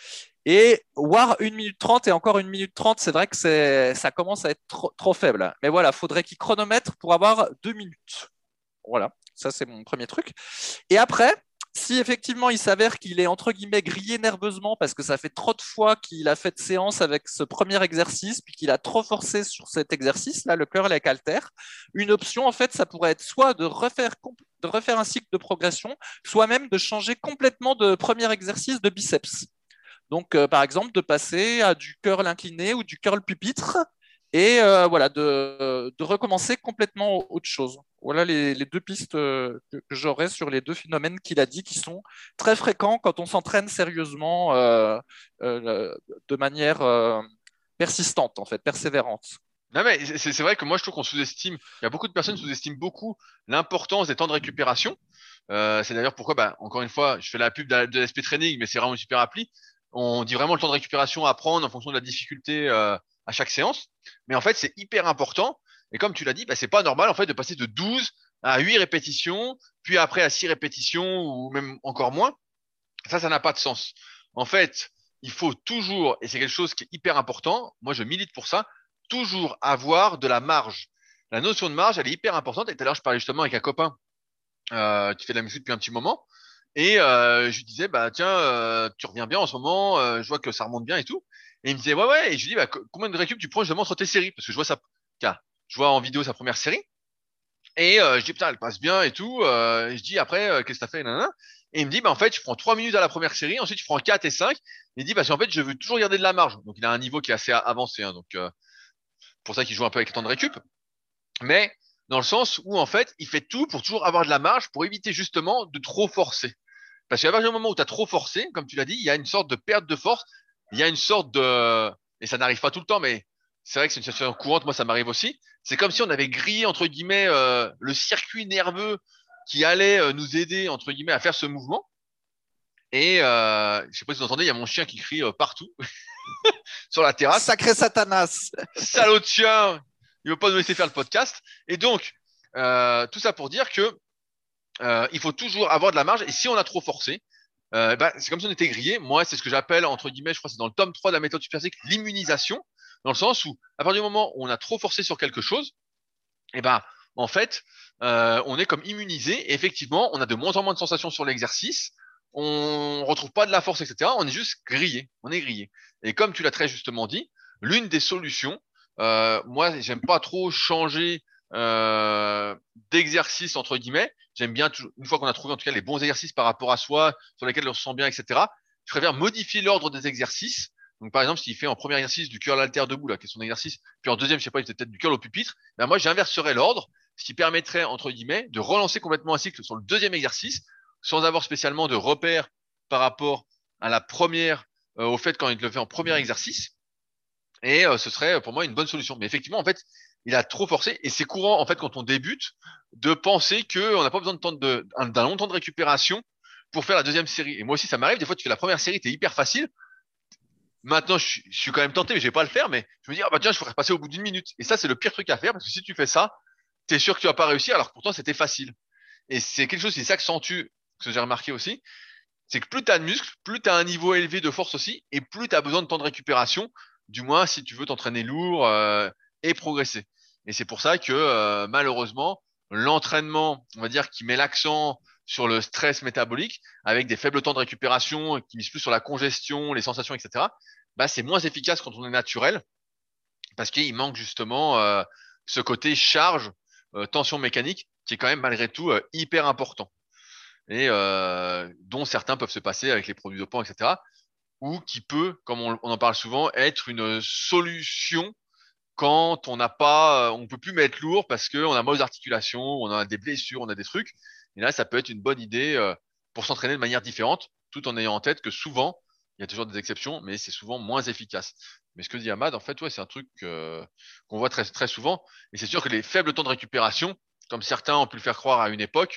Et voire une minute trente et encore une minute trente, c'est vrai que c'est, ça commence à être trop, trop faible. Mais voilà, il faudrait qu'il chronomètre pour avoir deux minutes. Voilà, ça c'est mon premier truc. Et après, si effectivement il s'avère qu'il est entre guillemets grillé nerveusement parce que ça fait trop de fois qu'il a fait de séance avec ce premier exercice, puis qu'il a trop forcé sur cet exercice, là, le curl avec halter, une option en fait, ça pourrait être soit de refaire, de refaire un cycle de progression, soit même de changer complètement de premier exercice de biceps. Donc, euh, par exemple, de passer à du curl incliné ou du curl pupitre et euh, voilà, de, de, recommencer complètement autre chose. Voilà les, les deux pistes euh, que, que j'aurais sur les deux phénomènes qu'il a dit qui sont très fréquents quand on s'entraîne sérieusement euh, euh, de manière euh, persistante, en fait, persévérante. Non, mais c'est c'est vrai que moi, je trouve qu'on sous-estime, il y a beaucoup de personnes qui sous-estiment beaucoup l'importance des temps de récupération. Euh, c'est d'ailleurs pourquoi, bah, encore une fois, je fais la pub de, de l'S P Training, mais c'est vraiment une super appli. On dit vraiment le temps de récupération à prendre en fonction de la difficulté euh, à chaque séance. Mais en fait, c'est hyper important. Et comme tu l'as dit, bah, c'est pas normal en fait de passer de douze à huit répétitions, puis après à six répétitions ou même encore moins. Ça, ça n'a pas de sens. En fait, il faut toujours, et c'est quelque chose qui est hyper important, moi je milite pour ça, toujours avoir de la marge. La notion de marge, elle est hyper importante. Et tout à l'heure, je parlais justement avec un copain euh, qui fait de la musique depuis un petit moment. Et euh, je lui disais, bah tiens, euh, tu reviens bien en ce moment, euh, je vois que ça remonte bien et tout. Et il me disait, ouais, ouais. Et je lui dis, bah, co- combien de récup tu prends justement entre tes séries? Parce que je vois ça, tiens, je vois en vidéo sa première série. Et euh, je dis, putain, elle passe bien et tout. Euh, et je dis, après, euh, qu'est-ce que t'as fait? Nanana. Et il me dit, bah, en fait, je prends trois minutes à la première série, ensuite je prends quatre et cinq. Il dit, parce qu'en fait, je veux toujours garder de la marge. Donc, il a un niveau qui est assez a- avancé. Hein, donc, euh, pour ça qu'il joue un peu avec le temps de récup. Mais dans le sens où, en fait, il fait tout pour toujours avoir de la marge pour éviter justement de trop forcer. Parce qu'à partir du moment où tu as trop forcé, comme tu l'as dit, il y a une sorte de perte de force. Il y a une sorte de... Et ça n'arrive pas tout le temps, mais c'est vrai que c'est une situation courante. Moi, ça m'arrive aussi. C'est comme si on avait grillé, entre guillemets, euh, le circuit nerveux qui allait euh, nous aider, entre guillemets, à faire ce mouvement. Et euh, je sais pas si vous entendez, il y a mon chien qui crie euh, partout sur la terrasse. Sacré Satanas. Salaud de chien! il veut pas nous laisser faire le podcast. Et donc, euh, tout ça pour dire que euh, il faut toujours avoir de la marge. Et si on a trop forcé, euh, bah, c'est comme si on était grillé. Moi, c'est ce que j'appelle, entre guillemets, je crois que c'est dans le tome trois de la méthode superphysique, l'immunisation, dans le sens où, à partir du moment où on a trop forcé sur quelque chose, et ben, en fait, euh, on est comme immunisé. Et effectivement, on a de moins en moins de sensations sur l'exercice. On retrouve pas de la force, et cetera. On est juste grillé. On est grillé. Et comme tu l'as très justement dit, l'une des solutions, euh, moi, j'aime pas trop changer euh, d'exercice entre guillemets. J'aime bien, une fois qu'on a trouvé en tout cas les bons exercices par rapport à soi, sur lesquels on se sent bien, et cetera. Je préfère modifier l'ordre des exercices. Donc, par exemple, s'il fait en premier exercice du curl halter debout, là, qui est son exercice, puis en deuxième, je sais pas, il fait peut-être du curl au pupitre, ben moi, j'inverserais l'ordre, ce qui permettrait, entre guillemets, de relancer complètement un cycle sur le deuxième exercice, sans avoir spécialement de repères par rapport à la première, euh, au fait quand il le fait en premier exercice. Et euh, ce serait pour moi une bonne solution. Mais effectivement, en fait, il a trop forcé, et c'est courant, en fait, quand on débute, de penser qu'on n'a pas besoin de temps de, d'un long temps de récupération pour faire la deuxième série. Et moi aussi, ça m'arrive, des fois, tu fais la première série, t'es hyper facile. Maintenant, je, je suis quand même tenté, mais je vais pas le faire, mais je me dis, ah bah tiens, je pourrais passer au bout d'une minute. Et ça, c'est le pire truc à faire, parce que si tu fais ça, t'es sûr que tu vas pas réussir, alors que pourtant, c'était facile. Et c'est quelque chose qui s'accentue, ce que j'ai remarqué aussi, c'est que plus tu as de muscles, plus tu as un niveau élevé de force aussi, et plus tu as besoin de temps de récupération, du moins si tu veux t'entraîner lourd euh, et progresser. Et c'est pour ça que euh, malheureusement, l'entraînement, on va dire, qui met l'accent sur le stress métabolique, avec des faibles temps de récupération, qui mise plus sur la congestion, les sensations, et cetera, bah, c'est moins efficace quand on est naturel, parce qu'il manque justement euh, ce côté charge, euh, tension mécanique, qui est quand même malgré tout euh, hyper important et euh, dont certains peuvent se passer avec les produits dopants, et cetera, ou qui peut, comme on, on en parle souvent, être une solution quand on n'a pas, on peut plus mettre lourd parce qu'on a mal aux articulations, on a des blessures, on a des trucs. Et là, ça peut être une bonne idée euh, pour s'entraîner de manière différente, tout en ayant en tête que souvent, il y a toujours des exceptions, mais c'est souvent moins efficace. Mais ce que dit Ahmad, en fait, ouais, c'est un truc euh, qu'on voit très, très souvent. Et c'est sûr que les faibles temps de récupération, comme certains ont pu le faire croire à une époque,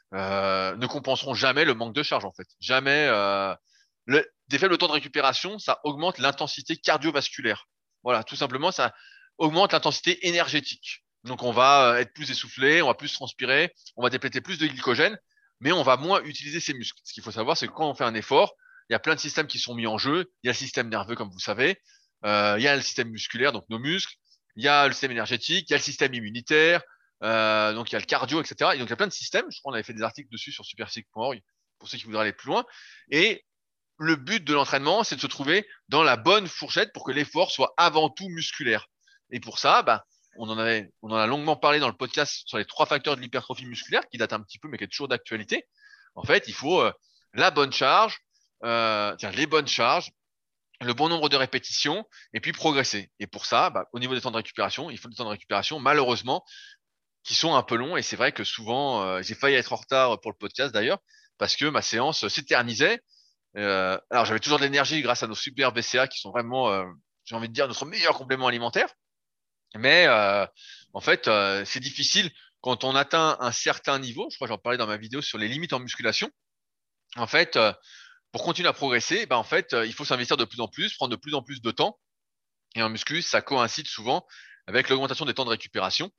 euh, ne compenseront jamais le manque de charge en fait. Jamais. Euh, le, des faibles temps de récupération, ça augmente l'intensité cardiovasculaire. Voilà, tout simplement, ça augmente l'intensité énergétique. Donc on va euh, être plus essoufflé, on va plus transpirer, on va dépléter plus de glycogène, mais on va moins utiliser ses muscles. Ce qu'il faut savoir, c'est que quand on fait un effort, il y a plein de systèmes qui sont mis en jeu. Il y a le système nerveux, comme vous savez, euh, il y a le système musculaire, donc nos muscles, il y a le système énergétique, il y a le système immunitaire, euh, donc il y a le cardio, et cetera. Et donc il y a plein de systèmes. Je crois qu'on avait fait des articles dessus sur superphysique point org pour ceux qui voudraient aller plus loin. Et le but de l'entraînement, c'est de se trouver dans la bonne fourchette pour que l'effort soit avant tout musculaire. Et pour ça, bah, on en avait, on en a longuement parlé dans le podcast sur les trois facteurs de l'hypertrophie musculaire, qui date un petit peu, mais qui est toujours d'actualité. En fait, il faut euh, la bonne charge, euh, tiens, les bonnes charges, le bon nombre de répétitions, et puis progresser. Et pour ça, bah, au niveau des temps de récupération, il faut des temps de récupération, malheureusement, qui sont un peu longs. Et c'est vrai que souvent, euh, j'ai failli être en retard pour le podcast d'ailleurs, parce que ma séance s'éternisait. Euh, alors j'avais toujours de l'énergie grâce à nos super B C A qui sont vraiment, euh, j'ai envie de dire, notre meilleur complément alimentaire. Mais euh, en fait, euh, c'est difficile quand on atteint un certain niveau. Je crois que j'en parlais dans ma vidéo sur les limites en musculation. En fait, euh, pour continuer à progresser, ben en fait, euh, il faut s'investir de plus en plus, prendre de plus en plus de temps. Et en muscu, ça coïncide souvent avec l'augmentation des temps de récupération.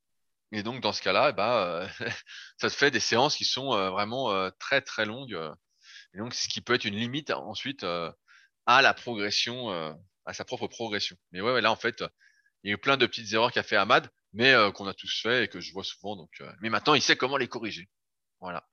Et donc, dans ce cas-là, eh ben, euh, ça te fait des séances qui sont euh, vraiment euh, très, très longues. euh. Et donc, ce qui peut être une limite ensuite euh, à la progression, euh, à sa propre progression. Mais ouais, ouais, là, en fait, il y a eu plein de petites erreurs qu'a fait Ahmad, mais euh, qu'on a tous fait et que je vois souvent. Donc, euh, mais maintenant, il sait comment les corriger. Voilà.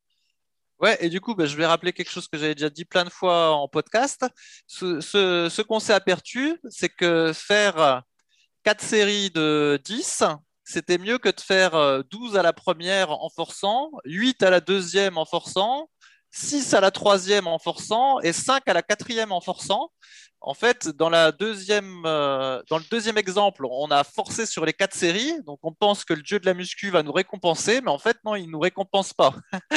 Ouais, et du coup, bah, je vais rappeler quelque chose que j'avais déjà dit plein de fois en podcast. Ce, ce- ce qu'on s'est aperçu, c'est que faire quatre séries de dix, c'était mieux que de faire euh, douze à la première en forçant, huit à la deuxième en forçant, six à la troisième en forçant et cinq à la quatrième en forçant. En fait, dans la deuxième, euh, dans le deuxième exemple, on a forcé sur les quatre séries, donc on pense que le dieu de la muscu va nous récompenser, mais en fait, non, il ne nous récompense pas.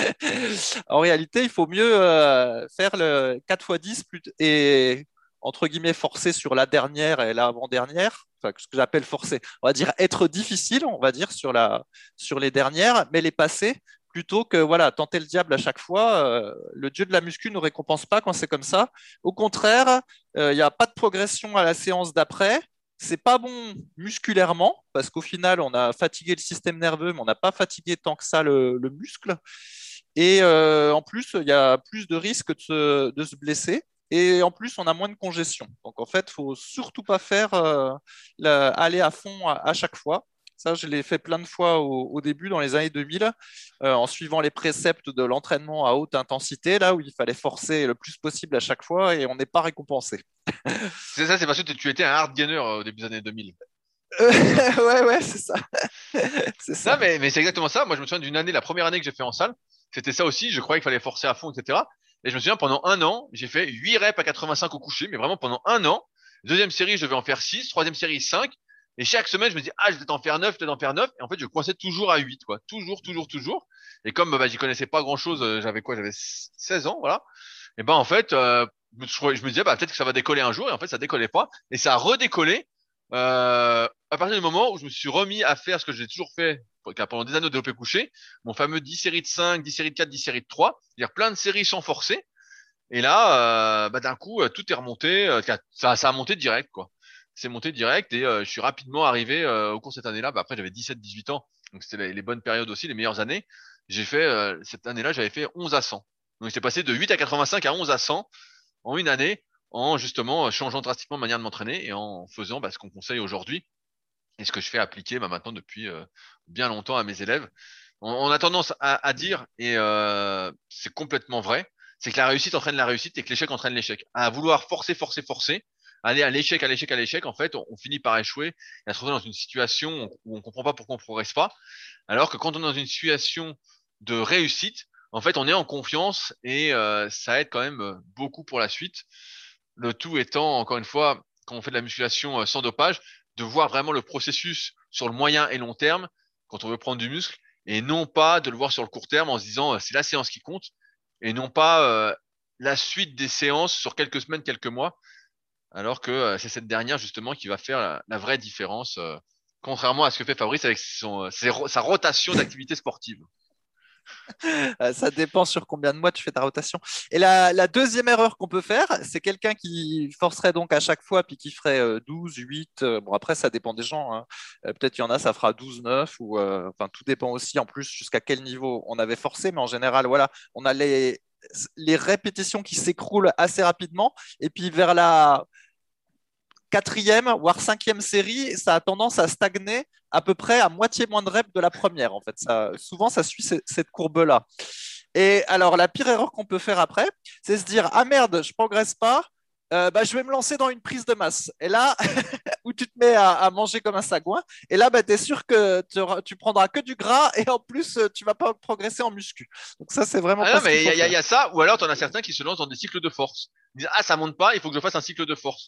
En réalité, il faut mieux euh, faire le quatre fois dix plus et entre guillemets forcer sur la dernière et l'avant-dernière, enfin, ce que j'appelle forcer, on va dire être difficile, on va dire sur la sur les dernières, mais les passer plutôt que voilà tenter le diable à chaque fois. Euh, le dieu de la muscu ne récompense pas quand c'est comme ça. Au contraire, euh, il n'y a pas de progression à la séance d'après. c'est pas bon musculairement, parce qu'au final, on a fatigué le système nerveux, mais on n'a pas fatigué tant que ça le, le muscle. Et euh, en plus, il y a plus de risques de se, de se blesser. Et en plus, on a moins de congestion. Donc, en fait, il faut surtout pas faire euh, la- aller à fond à, à chaque fois. Ça, je l'ai fait plein de fois au, au début, dans les années deux mille, euh, en suivant les préceptes de l'entraînement à haute intensité, là où il fallait forcer le plus possible à chaque fois et on n'est pas récompensé. C'est ça, c'est parce que tu étais un hard gainer euh, au début des années deux mille. Euh, ouais, ouais, c'est ça. C'est Non, ça. mais, mais c'est exactement ça. Moi, je me souviens d'une année, la première année que j'ai fait en salle, c'était ça aussi. Je croyais qu'il fallait forcer à fond, et cetera. Et je me souviens, pendant un an, j'ai fait huit reps à quatre-vingt-cinq au coucher, mais vraiment pendant un an. Deuxième série, je devais en faire six. Troisième série, cinq. Et chaque semaine, je me dis, ah, je vais t'en faire neuf, je vais t'en faire neuf. Et en fait, je coinçais toujours à huit, quoi. Toujours, toujours, toujours. Et comme bah, j'y connaissais pas grand-chose, euh, j'avais quoi? J'avais seize ans, voilà. Et ben en fait, euh, je, je me disais, bah, peut-être que ça va décoller un jour. Et en fait, ça décollait pas. Et ça a redécollé euh, à partir du moment où je me suis remis à faire ce que j'ai toujours fait pendant des années au développé couché, mon fameux dix séries de cinq, dix séries de quatre, dix séries de trois, c'est-à-dire plein de séries sans forcer. Et là, euh, bah, d'un coup, euh, tout est remonté, euh, ça, ça a monté direct, quoi. C'est monté direct et euh, je suis rapidement arrivé euh, au cours de cette année-là. Bah, après, j'avais dix-sept, dix-huit ans, donc c'était les, les bonnes périodes aussi, les meilleures années. J'ai fait euh, cette année-là, j'avais fait onze à cent. Donc j'étais passé de huit à quatre-vingt-cinq à onze à cent en une année, en justement changeant drastiquement de manière de m'entraîner et en faisant bah, ce qu'on conseille aujourd'hui et ce que je fais appliquer bah, maintenant depuis euh, bien longtemps à mes élèves. On, on a tendance à, à dire, et euh, c'est complètement vrai, c'est que la réussite entraîne la réussite et que l'échec entraîne l'échec. À vouloir forcer, forcer, forcer, aller à l'échec, à l'échec, à l'échec, en fait, on, on finit par échouer et à se retrouver dans une situation où on comprend pas pourquoi on progresse pas. Alors que quand on est dans une situation de réussite, en fait, on est en confiance et euh, ça aide quand même beaucoup pour la suite. Le tout étant, encore une fois, quand on fait de la musculation euh, sans dopage, de voir vraiment le processus sur le moyen et long terme quand on veut prendre du muscle et non pas de le voir sur le court terme en se disant euh, c'est la séance qui compte et non pas euh, la suite des séances sur quelques semaines, quelques mois, alors que euh, c'est cette dernière justement qui va faire la, la vraie différence, euh, contrairement à ce que fait Fabrice avec son, euh, ses ro- sa rotation d'activités sportives. Euh, Ça dépend sur combien de mois tu fais ta rotation. Et la, la deuxième erreur qu'on peut faire, c'est quelqu'un qui forcerait donc à chaque fois, puis qui ferait euh, douze, huit. euh, bon, après, ça dépend des gens, hein. Euh, peut-être il y en a, ça fera douze, neuf, ou euh, enfin, tout dépend aussi en plus jusqu'à quel niveau on avait forcé. Mais en général, voilà, on a les, les répétitions qui s'écroulent assez rapidement. Et puis vers la quatrième, voire cinquième série, ça a tendance à stagner à peu près à moitié moins de reps de la première. En fait, ça, souvent, ça suit cette courbe-là. Et alors, la pire erreur qu'on peut faire après, c'est se dire, ah merde, je progresse pas, euh, bah, je vais me lancer dans une prise de masse. Et là, où tu te mets à, à manger comme un sagouin, et là, bah, tu es sûr que tu, tu prendras que du gras, et en plus, tu vas pas progresser en muscu. Donc ça, c'est vraiment Ah pas non, ce qu'il mais il y faut a, y a- faire. y a ça, ou alors tu en as certains qui se lancent dans des cycles de force. Ils disent, ah, ça monte pas, il faut que je fasse un cycle de force.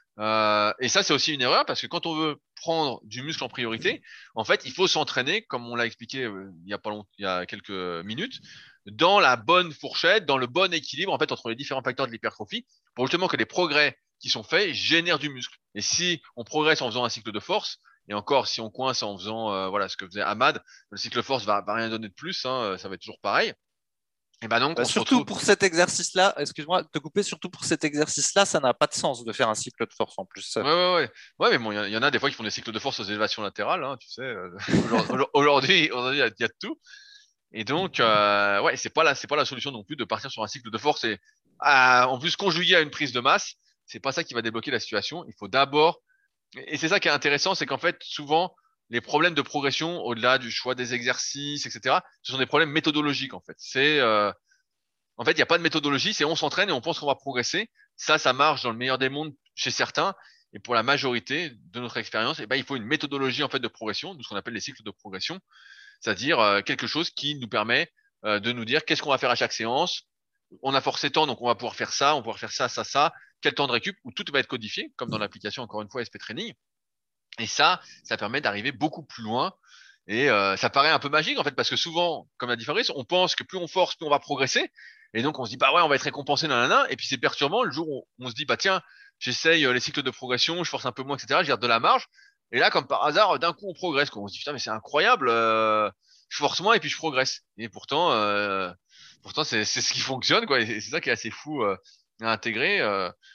Euh, et ça, c'est aussi une erreur parce que quand on veut prendre du muscle en priorité, en fait, il faut s'entraîner, comme on l'a expliqué euh, il y a pas longtemps, il y a quelques minutes, dans la bonne fourchette, dans le bon équilibre, en fait, entre les différents facteurs de l'hypertrophie, pour justement que les progrès qui sont faits génèrent du muscle. Et si on progresse en faisant un cycle de force, et encore, si on coince en faisant, euh, voilà, ce que faisait Ahmad, le cycle de force va, va rien donner de plus, hein, ça va être toujours pareil. Et ben donc, Bah, on se surtout retrouve. pour cet exercice-là, excuse-moi de te couper, surtout pour cet exercice-là, ça n'a pas de sens de faire un cycle de force en plus. Ouais, ouais, ouais. Ouais, mais bon, il y, en a y en a des fois qui font des cycles de force aux élévations latérales, hein, tu sais. euh, Aujourd'hui, aujourd'hui, aujourd'hui, il y a il y a de tout. Et donc, euh, ouais, c'est pas la, c'est pas la solution non plus de partir sur un cycle de force et à- en plus conjugué à une prise de masse. C'est pas ça qui va débloquer la situation. Il faut d'abord, et c'est ça qui est intéressant, c'est qu'en fait, souvent, les problèmes de progression, au-delà du choix des exercices, et cetera, ce sont des problèmes méthodologiques, en fait. C'est, euh, en fait, il n'y a pas de méthodologie, c'est on s'entraîne et on pense qu'on va progresser. Ça, ça marche dans le meilleur des mondes chez certains. Et pour la majorité de notre expérience, eh ben, il faut une méthodologie en fait de progression, de ce qu'on appelle les cycles de progression, c'est-à-dire euh, quelque chose qui nous permet euh, de nous dire qu'est-ce qu'on va faire à chaque séance. On a forcé tant, donc on va pouvoir faire ça, on va pouvoir faire ça, ça, ça. Quel temps de récup où tout va être codifié, comme dans l'application encore une fois S P Training. Et ça, ça permet d'arriver beaucoup plus loin. Et euh, ça paraît un peu magique en fait, parce que souvent, comme l'a dit Fabrice, on pense que plus on force, plus on va progresser. Et donc on se dit bah ouais, on va être récompensé, nanana. Et puis c'est perturbant le jour où on se dit bah tiens, j'essaye euh, les cycles de progression, je force un peu moins, et cetera. Je garde de la marge. Et là, comme par hasard, d'un coup on progresse. Quoi. On se dit putain mais c'est incroyable, euh, je force moins et puis je progresse. Et pourtant, euh, pourtant c'est c'est ce qui fonctionne quoi. Et c'est ça qui est assez fou euh, à intégrer. Euh,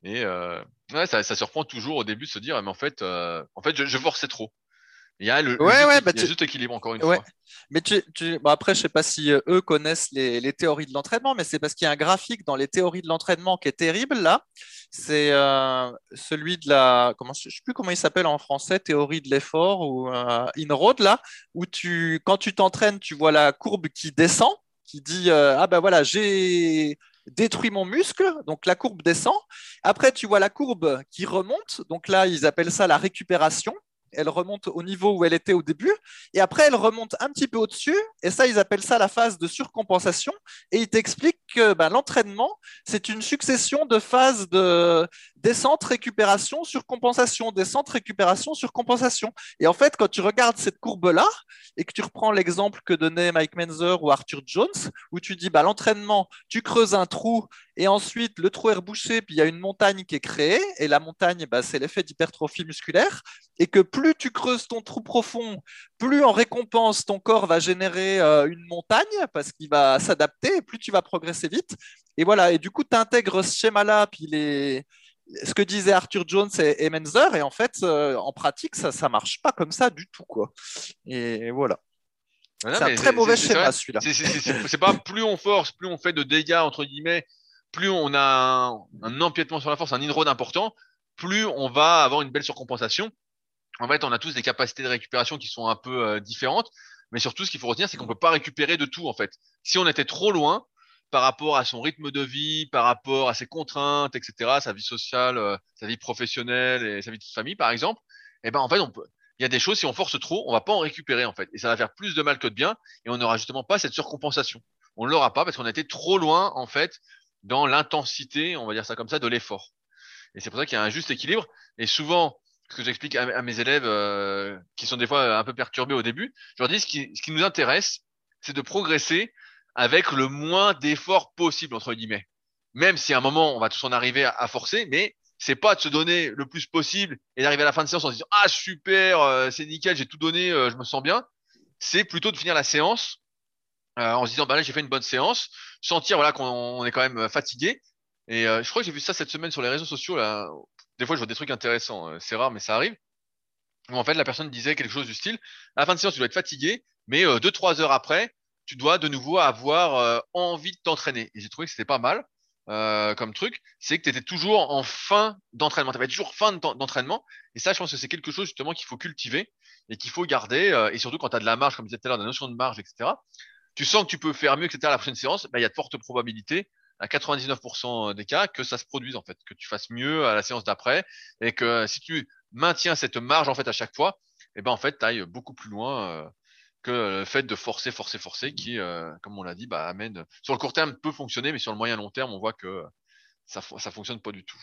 Et euh, ouais, ça, ça surprend toujours au début de se dire, mais en fait, euh, en fait, je, je forçais trop. Il y a le, le Ouais, juste, ouais, équi- bah il y a tu, juste équilibre encore une ouais. fois. Mais tu, tu- bon, après, je sais pas si euh, eux connaissent les, les théories de l'entraînement, mais c'est parce qu'il y a un graphique dans les théories de l'entraînement qui est terrible là. C'est euh, celui de la, comment, je sais plus comment il s'appelle en français, théorie de l'effort ou euh, InRoad là, où tu, quand tu t'entraînes, tu vois la courbe qui descend, qui dit euh, ah ben voilà, j'ai détruit mon muscle, donc la courbe descend. Après, tu vois la courbe qui remonte, donc là, ils appellent ça la récupération. Elle remonte au niveau où elle était au début. Et après, elle remonte un petit peu au-dessus. Et ça, ils appellent ça la phase de surcompensation. Et ils t'expliquent que ben, l'entraînement, c'est une succession de phases de descente, récupération, surcompensation, descente, récupération, surcompensation. Et en fait, quand tu regardes cette courbe-là et que tu reprends l'exemple que donnait Mike Menzer ou Arthur Jones, où tu dis bah, l'entraînement, tu creuses un trou et ensuite le trou est rebouché, puis il y a une montagne qui est créée. Et la montagne, bah, c'est l'effet d'hypertrophie musculaire. Et que plus tu creuses ton trou profond, plus en récompense, ton corps va générer euh, une montagne parce qu'il va s'adapter et plus tu vas progresser vite. Et voilà, et du coup, tu intègres ce schéma-là, puis les... ce que disaient Arthur Jones et, et Menzer, et en fait, euh, en pratique, ça ne marche pas comme ça du tout, quoi. Et voilà. Voilà, C'est un mais très c'est mauvais c'est- c'est schéma, vrai. celui-là. C'est c'est- c'est- c'est- c'est pas plus on force, plus on fait de dégâts, entre guillemets, plus on a un, un empiètement sur la force, un inroad important, plus on va avoir une belle surcompensation. En fait, on a tous des capacités de récupération qui sont un peu euh, différentes, mais surtout, ce qu'il faut retenir, c'est qu'on peut pas récupérer de tout, en fait. Si on était trop loin par rapport à son rythme de vie, par rapport à ses contraintes, et cetera, sa vie sociale, euh, sa vie professionnelle et sa vie de famille, par exemple, eh ben, en fait, on peut, il y a des choses, si on force trop, on va pas en récupérer, en fait. Et ça va faire plus de mal que de bien, et on n'aura justement pas cette surcompensation. On l'aura pas parce qu'on a été trop loin, en fait, dans l'intensité, on va dire ça comme ça, de l'effort. Et c'est pour ça qu'il y a un juste équilibre. Et souvent, ce que j'explique à, à mes élèves euh, qui sont des fois un peu perturbés au début, je leur dis ce qui, ce qui nous intéresse, c'est de progresser avec le moins d'efforts possible, entre guillemets. Même si à un moment, on va tous en arriver à, à forcer, mais c'est pas de se donner le plus possible et d'arriver à la fin de séance en se disant ah super, euh, c'est nickel, j'ai tout donné, euh, je me sens bien. C'est plutôt de finir la séance euh, en se disant bah là j'ai fait une bonne séance, sentir voilà qu'on on est quand même fatigué. Et euh, je crois que j'ai vu ça cette semaine sur les réseaux sociaux là. Des fois je vois des trucs intéressants, euh, c'est rare mais ça arrive. Où en fait la personne disait quelque chose du style à la fin de séance tu dois être fatigué, mais euh, deux trois heures après tu dois de nouveau avoir euh, envie de t'entraîner. Et j'ai trouvé que c'était pas mal. Euh, comme truc, c'est que tu étais toujours en fin d'entraînement. Tu avais toujours fin de- d'entraînement. Et ça, je pense que c'est quelque chose justement qu'il faut cultiver et qu'il faut garder. Euh, et surtout quand tu as de la marge, comme je disais tout à l'heure, de la notion de marge, et cetera, tu sens que tu peux faire mieux, et cetera à la prochaine séance, bah, il y a de fortes probabilités, à quatre-vingt-dix-neuf pour cent des cas, que ça se produise en fait, que tu fasses mieux à la séance d'après, et que si tu maintiens cette marge en fait à chaque fois, et ben en fait, tu ailles beaucoup plus loin euh, que le fait de forcer, forcer, forcer, qui, euh, comme on l'a dit, bah, amène sur le court terme peut fonctionner, mais sur le moyen long terme, on voit que ça, ça fonctionne pas du tout.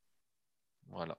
Voilà.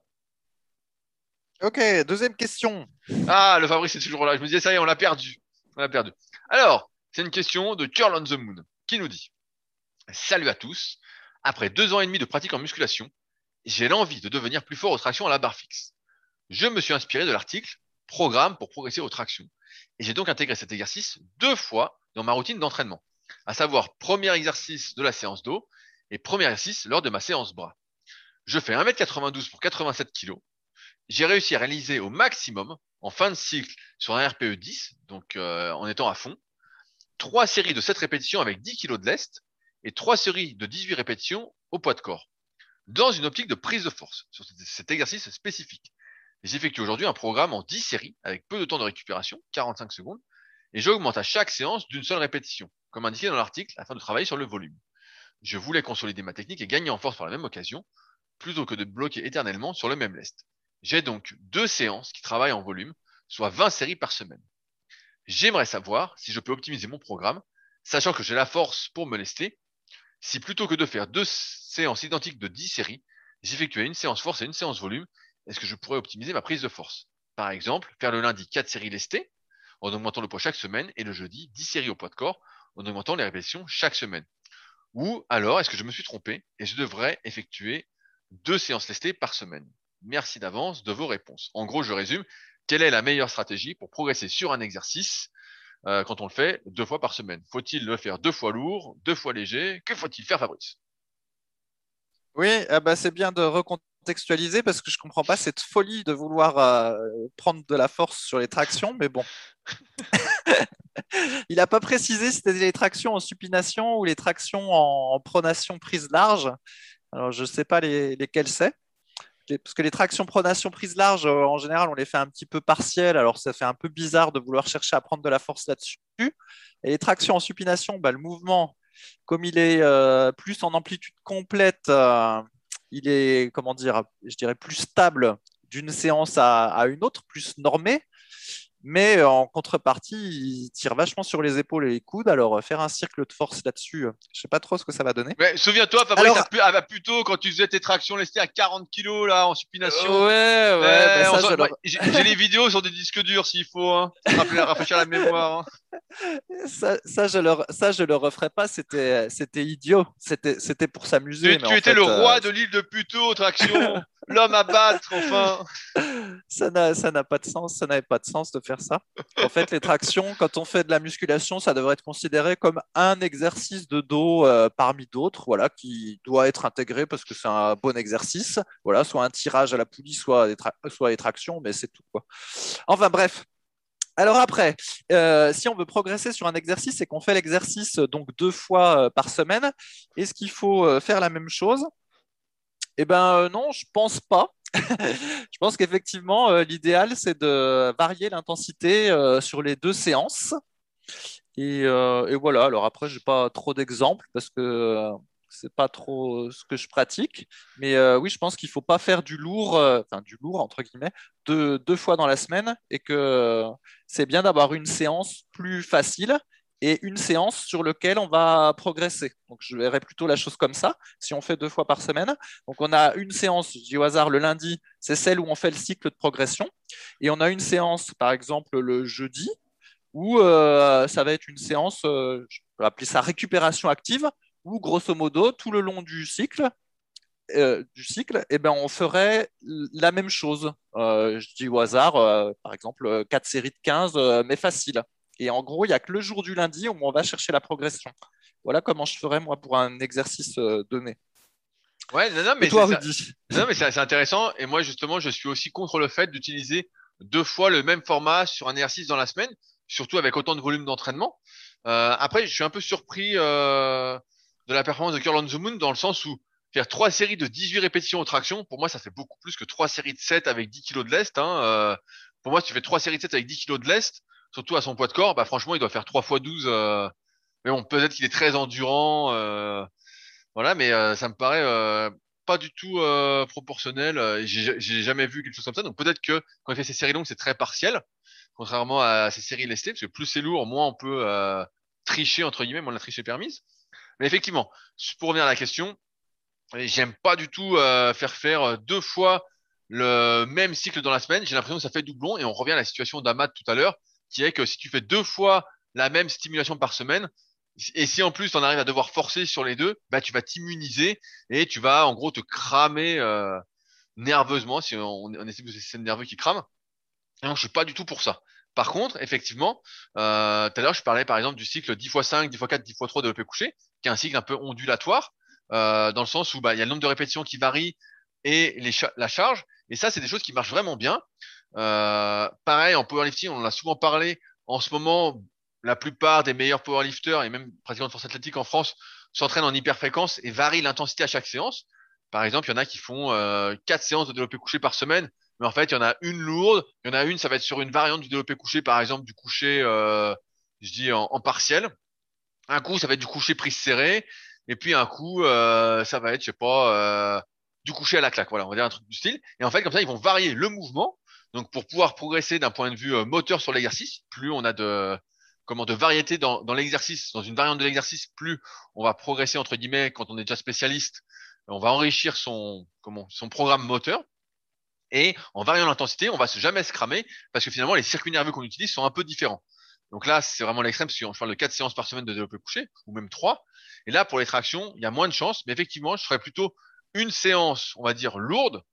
Ok, deuxième question. Ah, le Fabrice est toujours là. Je me disais, ça y est, on l'a perdu. On l'a perdu. Alors, c'est une question de Curl on the Moon qui nous dit salut à tous. Après deux ans et demi de pratique en musculation, j'ai l'envie de devenir plus fort aux tractions à la barre fixe. Je me suis inspiré de l'article Programme pour progresser aux tractions. Et j'ai donc intégré cet exercice deux fois dans ma routine d'entraînement. À savoir, premier exercice de la séance dos et premier exercice lors de ma séance bras. Je fais un mètre quatre-vingt-douze pour quatre-vingt-sept kilos. J'ai réussi à réaliser au maximum, en fin de cycle, sur un R P E dix, donc euh, en étant à fond, trois séries de sept répétitions avec dix kilos de lest et trois séries de dix-huit répétitions au poids de corps, dans une optique de prise de force sur cet exercice spécifique. J'effectue aujourd'hui un programme en dix séries avec peu de temps de récupération, quarante-cinq secondes, et j'augmente à chaque séance d'une seule répétition, comme indiqué dans l'article, afin de travailler sur le volume. Je voulais consolider ma technique et gagner en force par la même occasion, plutôt que de bloquer éternellement sur le même lest. J'ai donc deux séances qui travaillent en volume, soit vingt séries par semaine. J'aimerais savoir si je peux optimiser mon programme, sachant que j'ai la force pour me lester, si plutôt que de faire deux séances identiques de dix séries, j'effectuais une séance force et une séance volume, est-ce que je pourrais optimiser ma prise de force? Par exemple, faire le lundi quatre séries lestées, en augmentant le poids chaque semaine, et le jeudi dix séries au poids de corps, en augmentant les répétitions chaque semaine. Ou alors, est-ce que je me suis trompé et je devrais effectuer deux séances lestées par semaine? Merci d'avance de vos réponses. En gros, je résume. Quelle est la meilleure stratégie pour progresser sur un exercice euh, quand on le fait deux fois par semaine? Faut-il le faire deux fois lourd, deux fois léger? Que faut-il faire, Fabrice? Oui, ah bah, c'est bien de recontextualiser parce que je comprends pas cette folie de vouloir euh, prendre de la force sur les tractions, mais bon. Il n'a pas précisé si c'était les tractions en supination ou les tractions en, en pronation prise large. Alors, je ne sais pas les- lesquelles c'est. Les- Parce que les tractions pronation prise large, euh, en général, on les fait un petit peu partielles. Alors, ça fait un peu bizarre de vouloir chercher à prendre de la force là-dessus. Et les tractions en supination, bah, le mouvement, comme il est euh, plus en amplitude complète, euh, il est, comment dire, je dirais plus stable d'une séance à, à une autre, plus normé. Mais euh, en contrepartie, il tire vachement sur les épaules et les coudes. Alors, euh, faire un cercle de force là-dessus, euh, je sais pas trop ce que ça va donner. Ouais, souviens-toi, Fabrice, à Alors, pu- à- plutôt quand tu faisais tes tractions lestées à quarante kilos là en supination. euh, ouais, ouais, bah Eh, on ça, s'en- je moi, leur, j'ai j'ai les vidéos sur des disques durs s'il faut, hein. Ça te rappelle- rafraîchir la mémoire, hein. ça, ça, je leur, ça, je le referai pas. C'était, c'était idiot. C'était, c'était pour Tu, s'amuser, mais tu en étais le fait, euh, roi de l'île de Puteaux aux tractions, l'homme à battre, enfin. ça n'a, ça n'a pas de sens. Ça n'avait pas de sens de faire ça. En fait, les tractions, quand on fait de la musculation, ça devrait être considéré comme un exercice de dos euh, parmi d'autres, voilà, qui doit être intégré parce que c'est un bon exercice. Voilà, soit un tirage à la poulie, soit des, tra- soit des tractions, mais c'est tout, quoi. Enfin bref. Alors après, euh, si on veut progresser sur un exercice et qu'on fait l'exercice euh, donc deux fois euh, par semaine, est-ce qu'il faut euh, faire la même chose? Eh ben euh, non, je pense pas. Je pense qu'effectivement, euh, l'idéal, c'est de varier l'intensité euh, sur les deux séances. Et, euh, et voilà, alors après, j'ai pas trop d'exemples parce que euh, c'est pas trop ce que je pratique. Mais euh, oui, je pense qu'il faut pas faire du lourd, euh, enfin du lourd entre guillemets, deux, deux fois dans la semaine et que euh, c'est bien d'avoir une séance plus facile et une séance sur laquelle on va progresser. Donc je verrais plutôt la chose comme ça, si on fait deux fois par semaine. Donc on a une séance, je dis au hasard, le lundi, c'est celle où on fait le cycle de progression. Et on a une séance, par exemple, le jeudi où euh, ça va être une séance, euh, je peux appeler ça récupération active, où grosso modo, tout le long du cycle, euh, du cycle, eh ben, on ferait la même chose. Euh, je dis au hasard, euh, par exemple, euh, quatre séries de quinze, euh, mais facile. Et en gros, il n'y a que le jour du lundi où on va chercher la progression. Voilà comment je ferais, moi, pour un exercice euh, donné. Ouais, non, non, Et mais c'est toi, ça. Rudy? Non, mais c'est c'est intéressant. Et moi, justement, je suis aussi contre le fait d'utiliser deux fois le même format sur un exercice dans la semaine, surtout avec autant de volume d'entraînement. Euh, après, je suis un peu surpris euh, de la performance de Curl on the Moon dans le sens où faire trois séries de dix-huit répétitions aux tractions, pour moi, ça fait beaucoup plus que trois séries de sept avec dix kilos de lest. Hein. Euh, pour moi, si tu fais trois séries de sept avec dix kilos de lest, surtout à son poids de corps, bah franchement, il doit faire trois fois douze. Euh... Mais bon, peut-être qu'il est très endurant. Euh... Voilà, mais euh, ça me paraît euh, pas du tout euh, proportionnel. euh, et J'ai j'ai jamais vu quelque chose comme ça. Donc peut-être que quand il fait ces séries longues, c'est très partiel, contrairement à ces séries lestées, parce que plus c'est lourd, moins on peut euh, tricher entre guillemets, moins la triche est permise. Mais effectivement, pour revenir à la question, j'aime pas du tout euh, faire faire euh, deux fois le même cycle dans la semaine. J'ai l'impression que ça fait doublon et on revient à la situation d'Amat tout à l'heure, qui est que si tu fais deux fois la même stimulation par semaine, et si en plus on arrive à devoir forcer sur les deux, bah tu vas t'immuniser et tu vas en gros te cramer euh, nerveusement si on, on estime que c'est le nerveux qui crame. Et donc je suis pas du tout pour ça. Par contre, effectivement, euh, tout à l'heure je parlais par exemple du cycle dix fois cinq, dix fois quatre, dix fois trois développé couché, qui est un cycle un peu ondulatoire, euh, dans le sens où bah, il y a le nombre de répétitions qui varie et les cha- la charge. Et ça, c'est des choses qui marchent vraiment bien. Euh, pareil, en powerlifting, on en a souvent parlé. En ce moment, la plupart des meilleurs powerlifters et même pratiquants de force athlétique en France s'entraînent en hyperfréquence et varient l'intensité à chaque séance. Par exemple, il y en a qui font euh, quatre séances de développé couché par semaine, mais en fait, il y en a une lourde, il y en a une, ça va être sur une variante du développé couché, par exemple du couché, euh, je dis en, en partiel. Un coup, ça va être du coucher prise serrée, et puis un coup, euh, ça va être, je sais pas, euh, du coucher à la claque. Voilà, on va dire un truc du style. Et en fait, comme ça, ils vont varier le mouvement. Donc, pour pouvoir progresser d'un point de vue euh, moteur sur l'exercice, plus on a de, comment, de variété dans, dans l'exercice, dans une variante de l'exercice, plus on va progresser entre guillemets quand on est déjà spécialiste. On va enrichir son, comment, son programme moteur. Et en variant l'intensité, on va se jamais se cramer parce que finalement, les circuits nerveux qu'on utilise sont un peu différents. Donc là, c'est vraiment l'extrême parce qu'on parle de quatre séances par semaine de développé couché ou même trois. Et là, pour les tractions, il y a moins de chances, mais effectivement, je ferais plutôt une séance, on va dire lourde,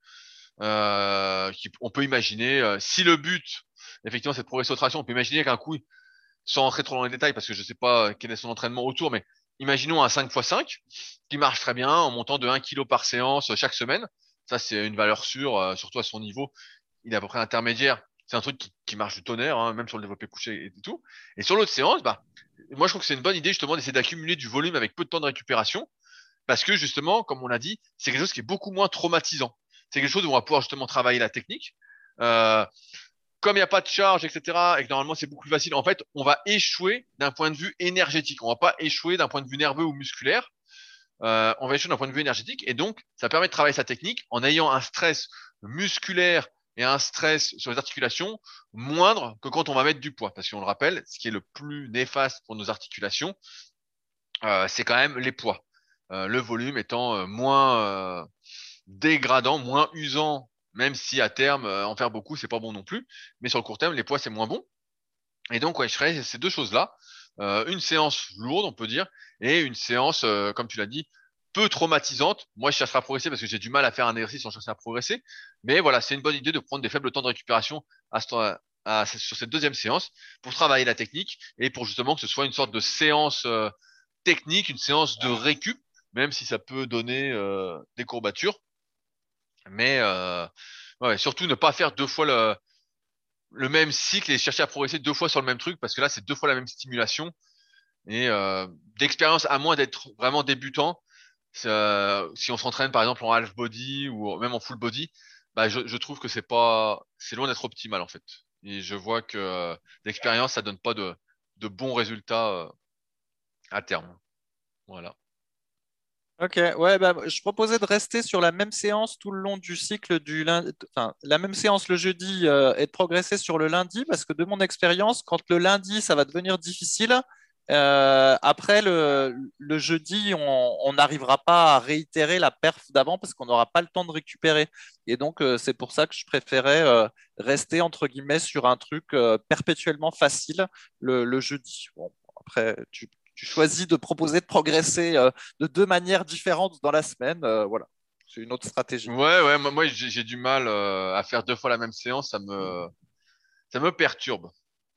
euh, qui, on peut imaginer, euh, si le but, effectivement, c'est de progresser aux tractions, on peut imaginer qu'un coup, sans rentrer trop dans les détails, parce que je sais pas quel est son entraînement autour, mais imaginons un cinq fois cinq qui marche très bien en montant de un kilo par séance chaque semaine. Ça, c'est une valeur sûre, euh, surtout à son niveau. Il est à peu près intermédiaire. C'est un truc qui, qui marche du tonnerre, hein, même sur le développé couché et tout. Et sur l'autre séance, bah, moi, je trouve que c'est une bonne idée justement d'essayer d'accumuler du volume avec peu de temps de récupération. Parce que justement, comme on l'a dit, c'est quelque chose qui est beaucoup moins traumatisant. C'est quelque chose où on va pouvoir justement travailler la technique. Euh, Comme il n'y a pas de charge, et cetera, et que normalement c'est beaucoup plus facile, en fait, on va échouer d'un point de vue énergétique. On va pas échouer d'un point de vue nerveux ou musculaire. Euh, on va échouer d'un point de vue énergétique. Et donc, ça permet de travailler sa technique en ayant un stress musculaire et un stress sur les articulations moindre que quand on va mettre du poids. Parce qu'on le rappelle, ce qui est le plus néfaste pour nos articulations, euh, c'est quand même les poids. Euh, le volume étant euh, moins euh, dégradant, moins usant, même si à terme, euh, en faire beaucoup, c'est pas bon non plus. Mais sur le court terme, les poids, c'est moins bon. Et donc, ouais, je ferais ces deux choses-là. Euh, une séance lourde, on peut dire, et une séance, euh, comme tu l'as dit, peu traumatisante. Moi, je chercherai à progresser parce que j'ai du mal à faire un exercice sans chercher à progresser. Mais voilà, c'est une bonne idée de prendre des faibles temps de récupération à ce- à- sur cette deuxième séance pour travailler la technique et pour justement que ce soit une sorte de séance euh, technique, une séance de récup, même si ça peut donner euh, des courbatures. Mais euh, ouais, surtout ne pas faire deux fois le, le même cycle et chercher à progresser deux fois sur le même truc parce que là, c'est deux fois la même stimulation. Et euh, d'expérience, à moins d'être vraiment débutant, ça- si on s'entraîne par exemple en half body ou même en full body, bah, je, je trouve que c'est pas, c'est loin d'être optimal en fait. Et je vois que euh, l'expérience, ça donne pas de, de bons résultats euh, à terme. Voilà. Ok, ouais, bah, je proposais de rester sur la même séance tout le long du cycle du lundi, enfin, la même séance le jeudi euh, et de progresser sur le lundi parce que de mon expérience, quand le lundi ça va devenir difficile, euh, après le, le jeudi, on on n'arrivera pas à réitérer la perf d'avant parce qu'on n'aura pas le temps de récupérer. Et donc, euh, c'est pour ça que je préférais euh, rester entre guillemets sur un truc euh, perpétuellement facile le, le jeudi. Bon, après, tu, tu choisis de proposer de progresser. Euh, de deux manières différentes dans la semaine. Euh, voilà, c'est une autre stratégie. Ouais, ouais, moi, moi, j'ai j'ai du mal euh, à faire deux fois la même séance, ça me, ça me perturbe.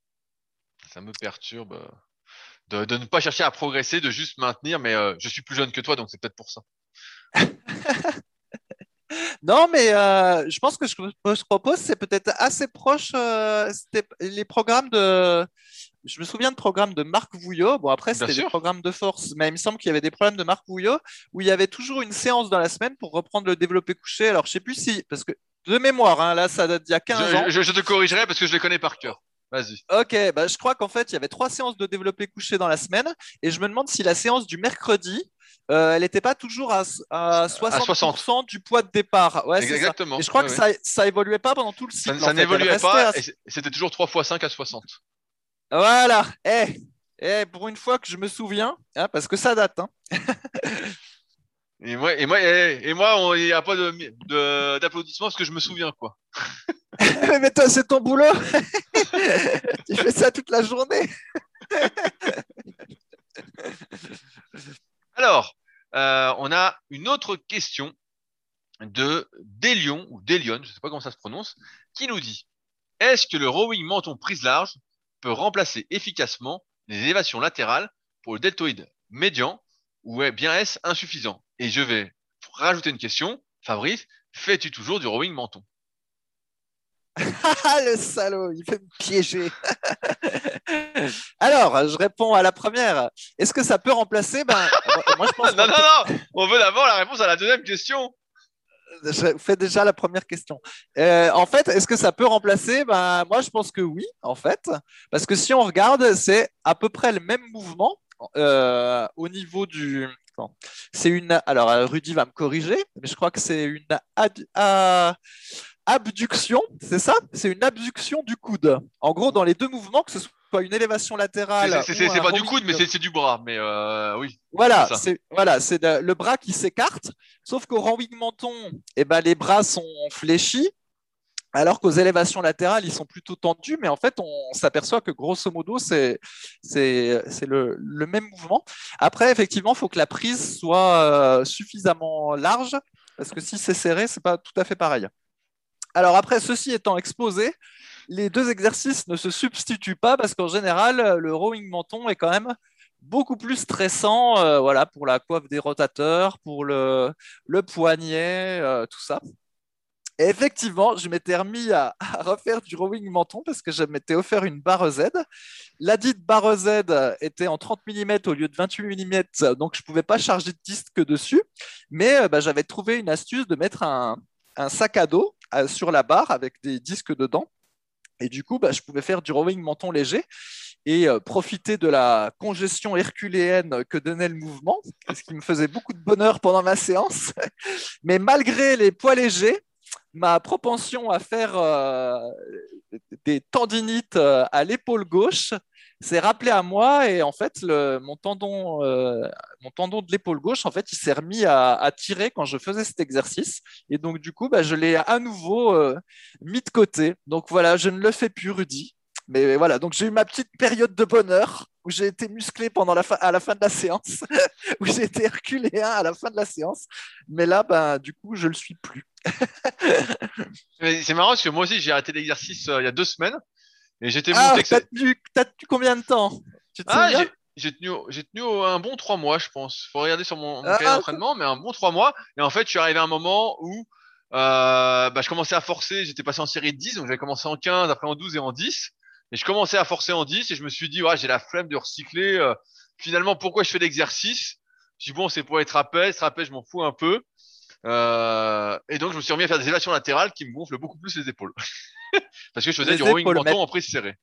Ça me perturbe euh, de, de ne pas chercher à progresser, de juste maintenir, mais euh, je suis plus jeune que toi, donc c'est peut-être pour ça. Non, mais euh, je pense que ce que je propose, c'est peut-être assez proche. Euh, c'était les programmes de. Je me souviens de programmes de Marc Vouillot. Bon, après, Bien c'était des sûr. programmes de force, mais il me semble qu'il y avait des programmes de Marc Vouillot où il y avait toujours une séance dans la semaine pour reprendre le développé couché. Alors, je sais plus si, parce que de mémoire, hein, là, ça date d'il y a quinze Je, ans. je, je te corrigerai parce que je les connais par cœur. Vas-y. Ok, bah, je crois qu'en fait, il y avait trois séances de développé couché dans la semaine, et je me demande si la séance du mercredi, euh, elle n'était pas toujours à, à À soixante. soixante pour cent du poids de départ. Ouais, c'est ça. Et Exactement. je crois Ouais, que ouais. ça, ça évoluait pas pendant tout le Ça, cycle, en ça fait. Elle n'évoluait restait pas à... et c'était toujours trois fois cinq à soixante. Voilà. Eh, eh, pour une fois que je me souviens, hein, parce que ça date. Hein. Et moi, et moi, et, et moi, on- il n'y a pas de, de- d'applaudissements parce que je me souviens, quoi. Mais toi, c'est ton boulot. Tu fais ça toute la journée. Alors, euh, on a une autre question de Délion, ou Délion, je ne sais pas comment ça se prononce, qui nous dit, est-ce que le rowing menton prise large peut remplacer efficacement les élévations latérales pour le deltoïde médian ou est bien est-ce insuffisant? Et je vais rajouter une question. Fabrice, fais-tu toujours du rowing menton? Ah, le salaud, il veut me piéger. Alors, je réponds à la première. Est-ce que ça peut remplacer? Ben, moi, moi, je pense Non, qu'on non, non! On veut d'abord la réponse à la deuxième question. je fais déjà la première question. Euh, en fait, est-ce que ça peut remplacer? Ben, moi, je pense que oui, en fait. Parce que si on regarde, c'est à peu près le même mouvement euh, au niveau du. Attends. C'est une. Alors, euh, Rudy va me corriger, mais je crois que c'est une ad- a- abduction, c'est ça? C'est une abduction du coude. En gros, dans les deux mouvements, que ce soit une élévation C'est c'est- latérale c'est- ou c'est un pas du coude, mais rowing. c'est c'est du bras. Mais euh, oui, c'est Voilà, ça. c'est voilà, c'est le, le bras qui s'écarte. Sauf qu'au rowing menton, eh ben, les bras sont fléchis alors qu'aux élévations latérales, ils sont plutôt tendus, mais en fait, on s'aperçoit que grosso modo, c'est c'est c'est le, le même mouvement. Après, effectivement, il faut que la prise soit euh, suffisamment large, parce que si c'est serré, c'est pas tout à fait pareil. Alors après, ceci étant exposé, les deux exercices ne se substituent pas, parce qu'en général, le rowing menton est quand même beaucoup plus stressant, euh, voilà, pour la coiffe des rotateurs, pour le, le poignet, euh, tout ça. Et effectivement, je m'étais remis à, à refaire du rowing menton parce que je m'étais offert une barre Z. La dite barre Z était en trente millimètres au lieu de vingt-huit millimètres, donc je ne pouvais pas charger de disque dessus. Mais euh, bah, j'avais trouvé une astuce de mettre un, un sac à dos euh, sur la barre avec des disques dedans. Et du coup, bah, je pouvais faire du rowing menton léger et euh, profiter de la congestion herculéenne que donnait le mouvement, ce qui me faisait beaucoup de bonheur pendant ma séance. Mais malgré les poids légers, ma propension à faire euh, des tendinites euh, à l'épaule gauche s'est rappelé à moi et en fait le, mon tendon euh, mon tendon de l'épaule gauche en fait il s'est remis à, à tirer quand je faisais cet exercice et donc du coup bah, je l'ai à nouveau euh, mis de côté donc voilà je ne le fais plus Rudy mais voilà donc j'ai eu ma petite période de bonheur où j'ai été musclé pendant la fin, à la fin de la séance où j'ai été herculéen à la fin de la séance mais là bah, du coup je le suis plus. Mais c'est marrant parce que moi aussi, j'ai arrêté l'exercice euh, il y a deux semaines et j'étais Ah, monté. Que t'as c'est- tenu, t'as tenu combien de temps? Tu te Ah, souviens? j'ai j'ai tenu, au- j'ai tenu au- un bon trois mois, je pense. Faut regarder sur mon, mon cahier Ah, d'entraînement, mais un bon trois mois. Et en fait, je suis arrivé à un moment où euh, bah, je commençais à forcer. J'étais passé en série de dix, donc j'avais commencé en quinze, après en douze et en dix. Et je commençais à forcer en dix et je me suis dit, ouais, j'ai la flemme de recycler. euh, finalement, pourquoi je fais l'exercice? Je dis, bon, c'est pour être trapèze. Trapèze, je m'en fous un peu. Euh, et donc, je me suis remis à faire des élévations latérales qui me gonflent beaucoup plus les épaules. Parce que je faisais du les rowing épaules, mais... menton en prise serrée.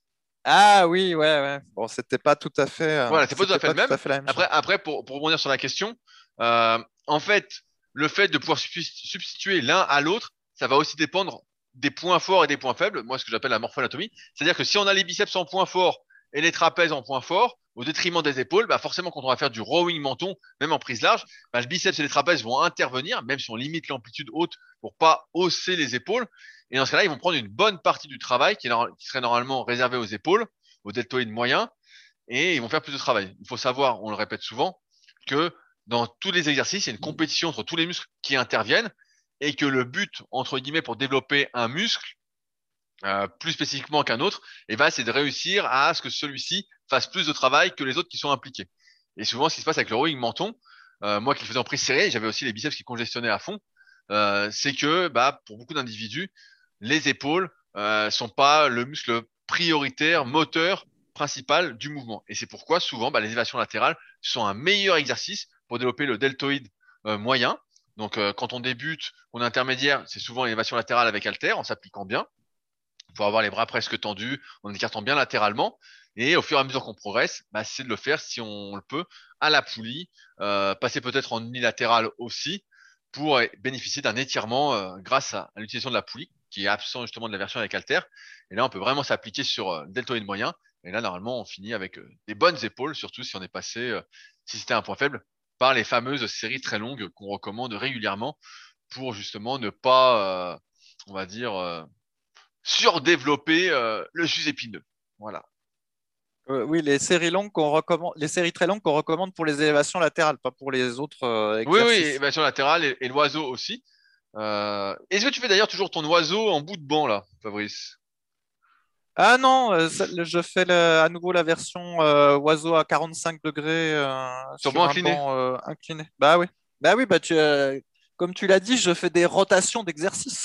Ah oui, ouais, ouais. Bon, c'était pas tout à fait, euh, Voilà, c'est pas tout à c'était fait le pas tout même. à fait la même chose. Après, après pour, pour rebondir sur la question, euh, en fait, le fait de pouvoir substituer l'un à l'autre, ça va aussi dépendre des points forts et des points faibles. Moi, ce que j'appelle la morphoanatomie. C'est-à-dire que si on a les biceps en point fort et les trapèzes en point fort, au détriment des épaules, bah forcément, quand on va faire du rowing menton, même en prise large, bah, le biceps et les trapèzes vont intervenir, même si on limite l'amplitude haute pour pas hausser les épaules. Et dans ce cas-là, ils vont prendre une bonne partie du travail qui, est, qui serait normalement réservé aux épaules, aux deltoïdes moyens, et ils vont faire plus de travail. Il faut savoir, on le répète souvent, que dans tous les exercices, il y a une compétition entre tous les muscles qui interviennent et que le but, entre guillemets, pour développer un muscle, euh, plus spécifiquement qu'un autre, et ben, c'est de réussir à ce que celui-ci fasse plus de travail que les autres qui sont impliqués. Et souvent, ce qui se passe avec le rowing menton, euh, moi qui le faisais en prise serrée, j'avais aussi les biceps qui congestionnaient à fond, euh, c'est que bah, pour beaucoup d'individus, les épaules euh, sont pas le muscle prioritaire, moteur principal du mouvement. Et c'est pourquoi souvent bah, les élévations latérales sont un meilleur exercice pour développer le deltoïde euh, moyen. Donc euh, quand on débute, on est intermédiaire, c'est souvent l'élévation latérale avec haltère en s'appliquant bien pour avoir les bras presque tendus, en écartant bien latéralement. Et au fur et à mesure qu'on progresse, bah, c'est de le faire si on le peut à la poulie, euh, passer peut-être en unilatéral aussi pour bénéficier d'un étirement euh, grâce à, à l'utilisation de la poulie qui est absent justement de la version avec haltère. Et là, on peut vraiment s'appliquer sur euh, le deltoïde moyen. Et là, normalement, on finit avec euh, des bonnes épaules, surtout si on est passé, euh, si c'était un point faible, par les fameuses séries très longues qu'on recommande régulièrement pour justement ne pas, euh, on va dire, euh, surdévelopper euh, le jus épineux. Voilà. Euh, oui, les séries longues qu'on recommande, les séries très longues qu'on recommande pour les élévations latérales, pas pour les autres euh, Oui, oui, exercices. élévation latérale et, et l'oiseau aussi. Euh, Est-ce que tu fais d'ailleurs toujours ton oiseau en bout de banc là, Fabrice? Ah non, euh, ça- le- je fais le- à nouveau la version euh, oiseau à quarante-cinq degrés euh, Sur banc sur un incliné? banc euh, incliné. Bah oui, bah oui, bah tu, euh, comme tu l'as dit, je fais des rotations d'exercices.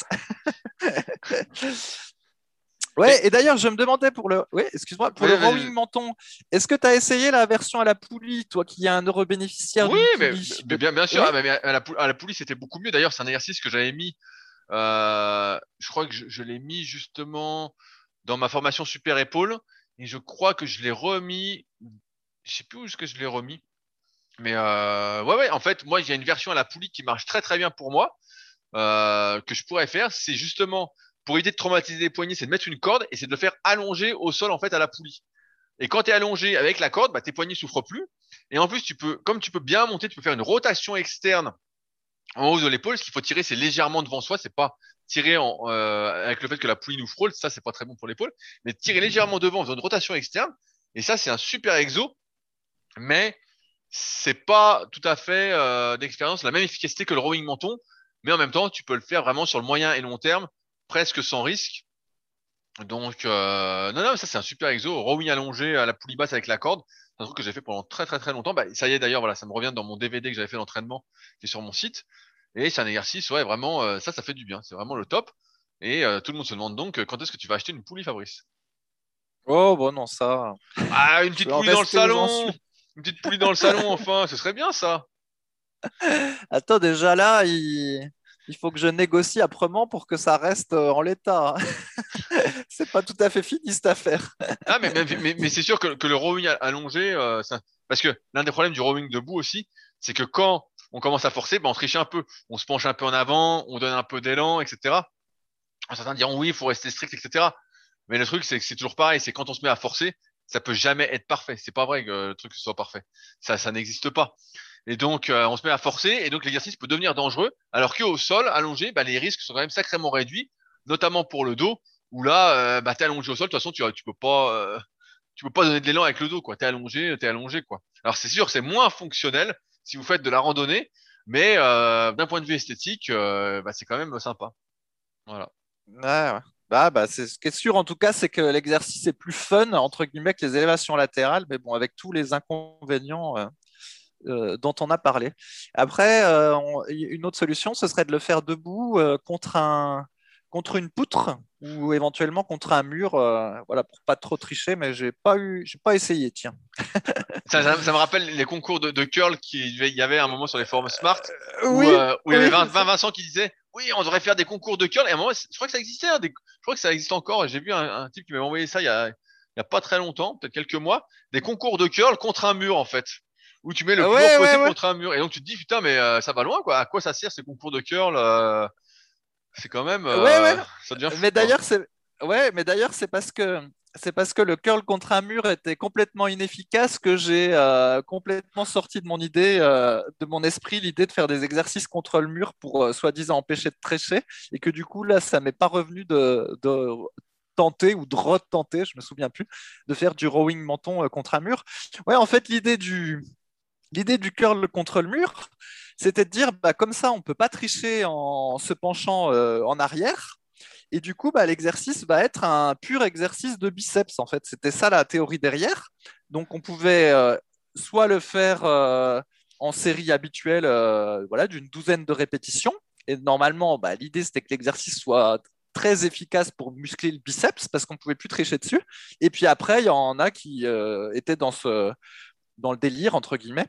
Et, Ouais, et d'ailleurs, je me demandais pour le, ouais, excuse-moi, pour le vas-y, rowing vas-y. menton, est-ce que tu as essayé la version à la poulie, toi qui es un heureux bénéficiaire Oui, d'une mais, poulie? mais bien, bien sûr, Oui? ah, mais mais à la, pou- à la poulie c'était beaucoup mieux. D'ailleurs, c'est un exercice que j'avais mis. Euh, je crois que je, je l'ai mis justement dans ma formation super épaule et je crois que je l'ai remis. Je sais plus où est-ce que je l'ai remis. Mais euh, ouais, ouais, en fait, moi, il y a une version à la poulie qui marche très très bien pour moi, euh, que je pourrais faire. C'est justement pour éviter de traumatiser les poignets, c'est de mettre une corde et c'est de le faire allonger au sol en fait à la poulie. Et quand tu es allongé avec la corde, bah, tes poignets souffrent plus. Et en plus, tu peux, comme tu peux bien monter, tu peux faire une rotation externe en haut de l'épaule. Ce qu'il faut tirer, c'est légèrement devant soi. C'est pas tirer en, euh, avec le fait que la poulie nous frôle. Ça, c'est pas très bon pour l'épaule. Mais tirer légèrement devant en faisant une rotation externe. Et ça, c'est un super exo. Mais c'est pas tout à fait euh, d'expérience la même efficacité que le rowing menton, mais en même temps, tu peux le faire vraiment sur le moyen et long terme, presque sans risque. Donc, euh, non, non, ça c'est un super exo. Rowing allongé à la poulie basse avec la corde. C'est un truc que j'ai fait pendant très très très longtemps. Bah, ça y est d'ailleurs, voilà, ça me revient dans mon D V D que j'avais fait d'entraînement qui est sur mon site. Et c'est un exercice, ouais, vraiment, euh, ça, ça fait du bien. C'est vraiment le top. Et euh, tout le monde se demande donc euh, quand est-ce que tu vas acheter une poulie, Fabrice? Oh, bon, non, ça, Ah, une je petite vais en poulie dans le rester où j'en salon! suis. Une petite poulie dans le salon, enfin, ce serait bien ça. Attends, déjà là, il, il faut que je négocie âprement pour que ça reste euh, en l'état. C'est pas tout à fait fini cette affaire. Ah, mais, mais, mais, mais c'est sûr que, que le rowing allongé, euh, ça... parce que l'un des problèmes du rowing debout aussi, c'est que quand on commence à forcer, ben, on triche un peu. On se penche un peu en avant, on donne un peu d'élan, et cetera. Certains diront oui, il faut rester strict, et cetera. Mais le truc, c'est que c'est toujours pareil, c'est quand on se met à forcer, ça peut jamais être parfait. C'est pas vrai que le truc soit parfait. Ça, ça n'existe pas. Et donc, euh, on se met à forcer, et donc l'exercice peut devenir dangereux, alors qu'au sol, allongé, bah, les risques sont quand même sacrément réduits, notamment pour le dos, où là, euh, bah, t'es allongé au sol, de toute façon, tu, tu peux pas, euh, tu peux pas donner de l'élan avec le dos, quoi. T'es allongé, t'es allongé, quoi. Alors c'est sûr, c'est moins fonctionnel si vous faites de la randonnée, mais euh, d'un point de vue esthétique, euh, bah, c'est quand même sympa. Voilà. Ouais, ouais. Bah, bah, c'est, ce qui est sûr en tout cas, c'est que l'exercice est plus fun, entre guillemets, que les élévations latérales, mais bon, avec tous les inconvénients euh, euh, dont on a parlé. Après, euh, on- une autre solution, ce serait de le faire debout euh, contre un, contre une poutre ou éventuellement contre un mur, euh, voilà, pour pas trop tricher, mais j'ai pas eu, j'ai pas essayé, tiens. Ça, ça, ça me rappelle les concours de, de curl qu'il y avait à un moment sur les forums Smart, où, Oui, euh, où il y avait oui, vingt, vingt Vincent qui disait oui, on devrait faire des concours de curl. Et à un moment, je crois que ça existait, hein, des- je crois que ça existe encore. J'ai vu un, un type qui m'avait envoyé ça il y a, il y a pas très longtemps, peut-être quelques mois, des concours de curl contre un mur en fait, où tu mets le plus haut ouais, ouais, possible ouais, contre un mur. Et donc tu te dis putain, mais euh, ça va loin quoi. À quoi ça sert ces concours de curl euh, C'est quand même, ouais, ouais. euh, ça devient fou Mais quoi. d'ailleurs, c'est ouais, mais d'ailleurs, c'est parce que c'est parce que le curl contre un mur était complètement inefficace que j'ai euh, complètement sorti de mon idée, euh, de mon esprit, l'idée de faire des exercices contre le mur pour euh, soi-disant empêcher de trécher, et que du coup là, ça m'est pas revenu de, de tenter ou de retenter, je me souviens plus, de faire du rowing menton euh, contre un mur. Ouais, en fait, l'idée du l'idée du curl contre le mur, c'était de dire, bah, comme ça, on ne peut pas tricher en se penchant euh, en arrière. Et du coup, bah, l'exercice va être un pur exercice de biceps, en fait. C'était ça la théorie derrière. Donc, on pouvait euh, soit le faire euh, en série habituelle, euh, voilà, d'une douzaine de répétitions. Et normalement, bah, l'idée, c'était que l'exercice soit très efficace pour muscler le biceps parce qu'on ne pouvait plus tricher dessus. Et puis après, il y en a qui euh, étaient dans, ce, dans le délire, entre guillemets,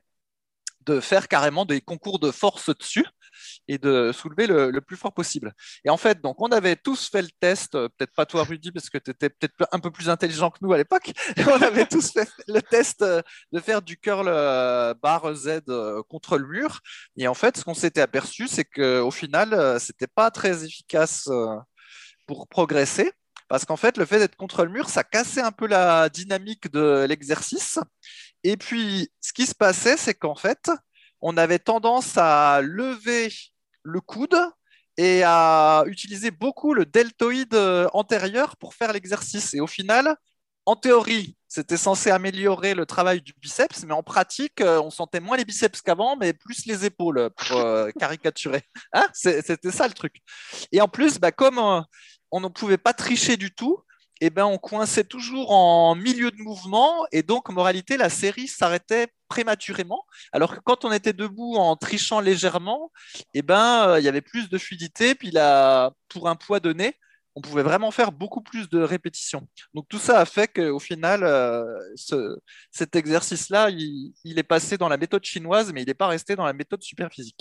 de faire carrément des concours de force dessus et de soulever le, le, plus fort possible. Et en fait, donc, on avait tous fait le test, euh, peut-être pas toi, Rudy, parce que tu étais peut-être un peu plus intelligent que nous à l'époque. On avait tous fait le test euh, de faire du curl euh, barre Z euh, contre le mur. Et en fait, ce qu'on s'était aperçu, c'est qu'au final, euh, c'était pas très efficace euh, pour progresser. Parce qu'en fait, le fait d'être contre le mur, ça cassait un peu la dynamique de l'exercice. Et puis, ce qui se passait, c'est qu'en fait, on avait tendance à lever le coude et à utiliser beaucoup le deltoïde euh, antérieur pour faire l'exercice. Et au final, en théorie, c'était censé améliorer le travail du biceps, mais en pratique, euh, on sentait moins les biceps qu'avant, mais plus les épaules, pour euh, caricaturer. Hein, c'était ça le truc. Et en plus, bah, comme euh, on ne pouvait pas tricher du tout, eh ben, on coinçait toujours en milieu de mouvement et donc, moralité, la série s'arrêtait prématurément. Alors que quand on était debout en trichant légèrement, eh ben, euh, il y avait plus de fluidité. Puis là, pour un poids donné, on pouvait vraiment faire beaucoup plus de répétitions. Donc tout ça a fait qu'au final, euh, ce- cet exercice-là, il, il est passé dans la méthode chinoise, mais il n'est pas resté dans la méthode super physique.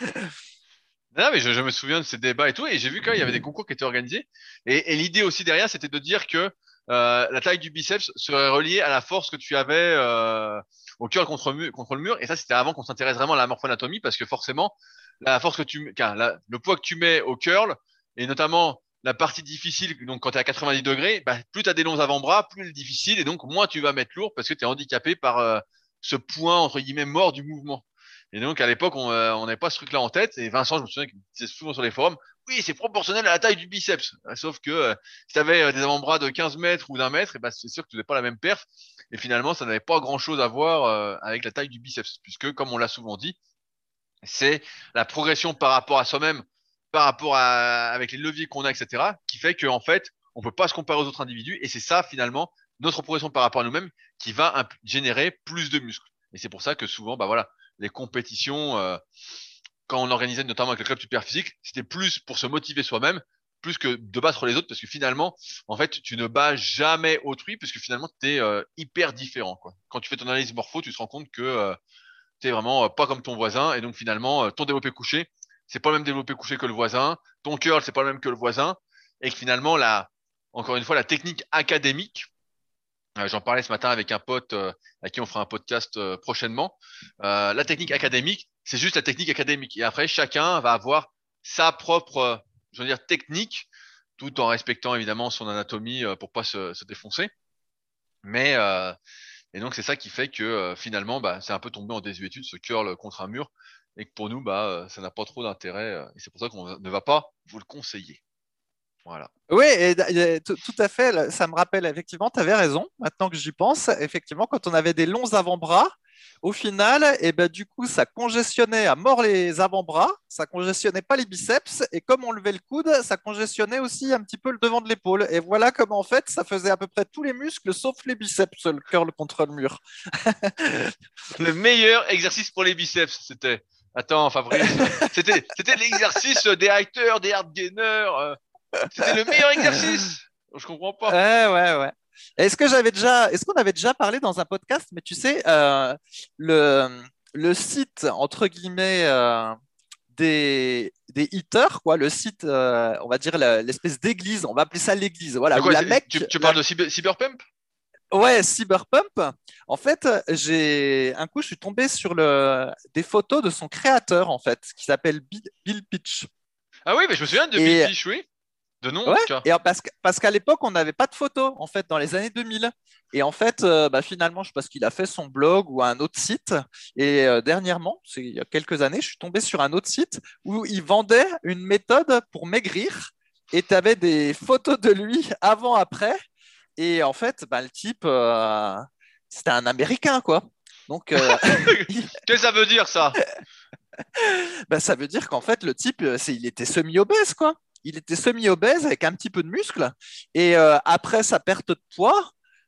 Non, mais je, je me souviens de ces débats et tout, et j'ai vu qu'il y avait des concours qui étaient organisés. Et, et l'idée aussi derrière, c'était de dire que euh, la taille du biceps serait reliée à la force que tu avais euh, au curl contre, mu- contre le mur. Et ça, c'était avant qu'on s'intéresse vraiment à la morphoanatomie, parce que forcément, la force que tu, qu'un- la- le poids que tu mets au curl, et notamment la partie difficile, donc quand tu es à quatre-vingt-dix degrés, bah, plus tu as des longs avant-bras, plus c'est difficile, et donc moins tu vas mettre lourd parce que tu es handicapé par euh, ce point, entre guillemets, mort du mouvement. Et donc, à l'époque, on euh, on n'avait pas ce truc-là en tête. Et Vincent, je me souviens qu'il disait souvent sur les forums, oui, c'est proportionnel à la taille du biceps. Euh, Sauf que euh, si tu avais des avant-bras de quinze mètres ou d'un mètre, et ben, c'est sûr que tu n'avais pas la même perf. Et finalement, ça n'avait pas grand-chose à voir euh, avec la taille du biceps. Puisque, comme on l'a souvent dit, c'est la progression par rapport à soi-même, par rapport à, avec les leviers qu'on a, et cetera, qui fait qu'en fait, on ne peut pas se comparer aux autres individus. Et c'est ça, finalement, notre progression par rapport à nous-mêmes qui va imp- générer plus de muscles. Et c'est pour ça que souvent, bah voilà, les compétitions, euh, quand on organisait notamment avec le club super physique, c'était plus pour se motiver soi-même, plus que de battre les autres, parce que finalement, en fait, tu ne bats jamais autrui, parce que finalement, tu es euh, hyper différent, quoi. Quand tu fais ton analyse morpho, tu te rends compte que euh, tu es vraiment euh, pas comme ton voisin, et donc finalement, euh, ton développé couché, c'est pas le même développé couché que le voisin, ton curl, c'est pas le même que le voisin, et que finalement, la, encore une fois, la technique académique, euh, j'en parlais ce matin avec un pote euh, à qui on fera un podcast euh, prochainement. Euh, la technique académique, c'est juste la technique académique. Et après, chacun va avoir sa propre, euh, je veux dire, technique, tout en respectant évidemment son anatomie euh, pour pas se, se défoncer. Mais euh, et donc c'est ça qui fait que euh, finalement, bah, c'est un peu tombé en désuétude ce curl contre un mur, et que pour nous, bah, euh, ça n'a pas trop d'intérêt. euh, et c'est pour ça qu'on ne va pas vous le conseiller. Voilà. Oui, et, et, tout tout à fait. là, Ça me rappelle effectivement, tu avais raison. Maintenant que j'y pense, effectivement, quand on avait des longs avant-bras, au final, et ben, du coup, ça congestionnait à mort les avant-bras, ça congestionnait pas les biceps, et comme on levait le coude, ça congestionnait aussi un petit peu le devant de l'épaule. Et voilà comment en fait, ça faisait à peu près tous les muscles sauf les biceps, le curl contre le mur. Le meilleur exercice pour les biceps, c'était. Attends, Fabrice, euh, c'était c'était l'exercice des highters, des hard gainers. euh, C'était le meilleur exercice. Je comprends pas. Ouais, ouais, ouais. Est-ce que j'avais déjà, est-ce qu'on avait déjà parlé dans un podcast, mais tu sais, euh, le, le site, entre guillemets, euh, des, des hitters, quoi, le site, euh, on va dire la- l'espèce d'église, on va appeler ça l'église, De voilà, où quoi la c'est- tu, Mecque, tu la, parles de cyber, cyberpump? ouais, Cyberpump. En fait, j'ai, un coup, je suis tombé sur le, des photos de son créateur, en fait, qui s'appelle Bill, Bill Pitch. Ah oui, mais je me souviens de Bill Et Fish, oui. De nom en ouais, tout cas. et parce que- parce qu'à l'époque, on n'avait pas de photos, en fait, dans les années deux mille. Et en fait, euh, bah, finalement, je pense qu'il a fait son blog ou un autre site. Et euh, dernièrement, c'est il y a quelques années, je suis tombé sur un autre site où il vendait une méthode pour maigrir. Et tu avais des photos de lui avant, après. Et en fait, bah, le type, euh, c'était un Américain, quoi. Donc, euh, Qu'est-ce que ça veut dire ça? bah, ça veut dire qu'en fait, le type, euh, c'est, il était semi-obèse, quoi. Il était semi-obèse avec un petit peu de muscle. Et euh, après sa perte de poids,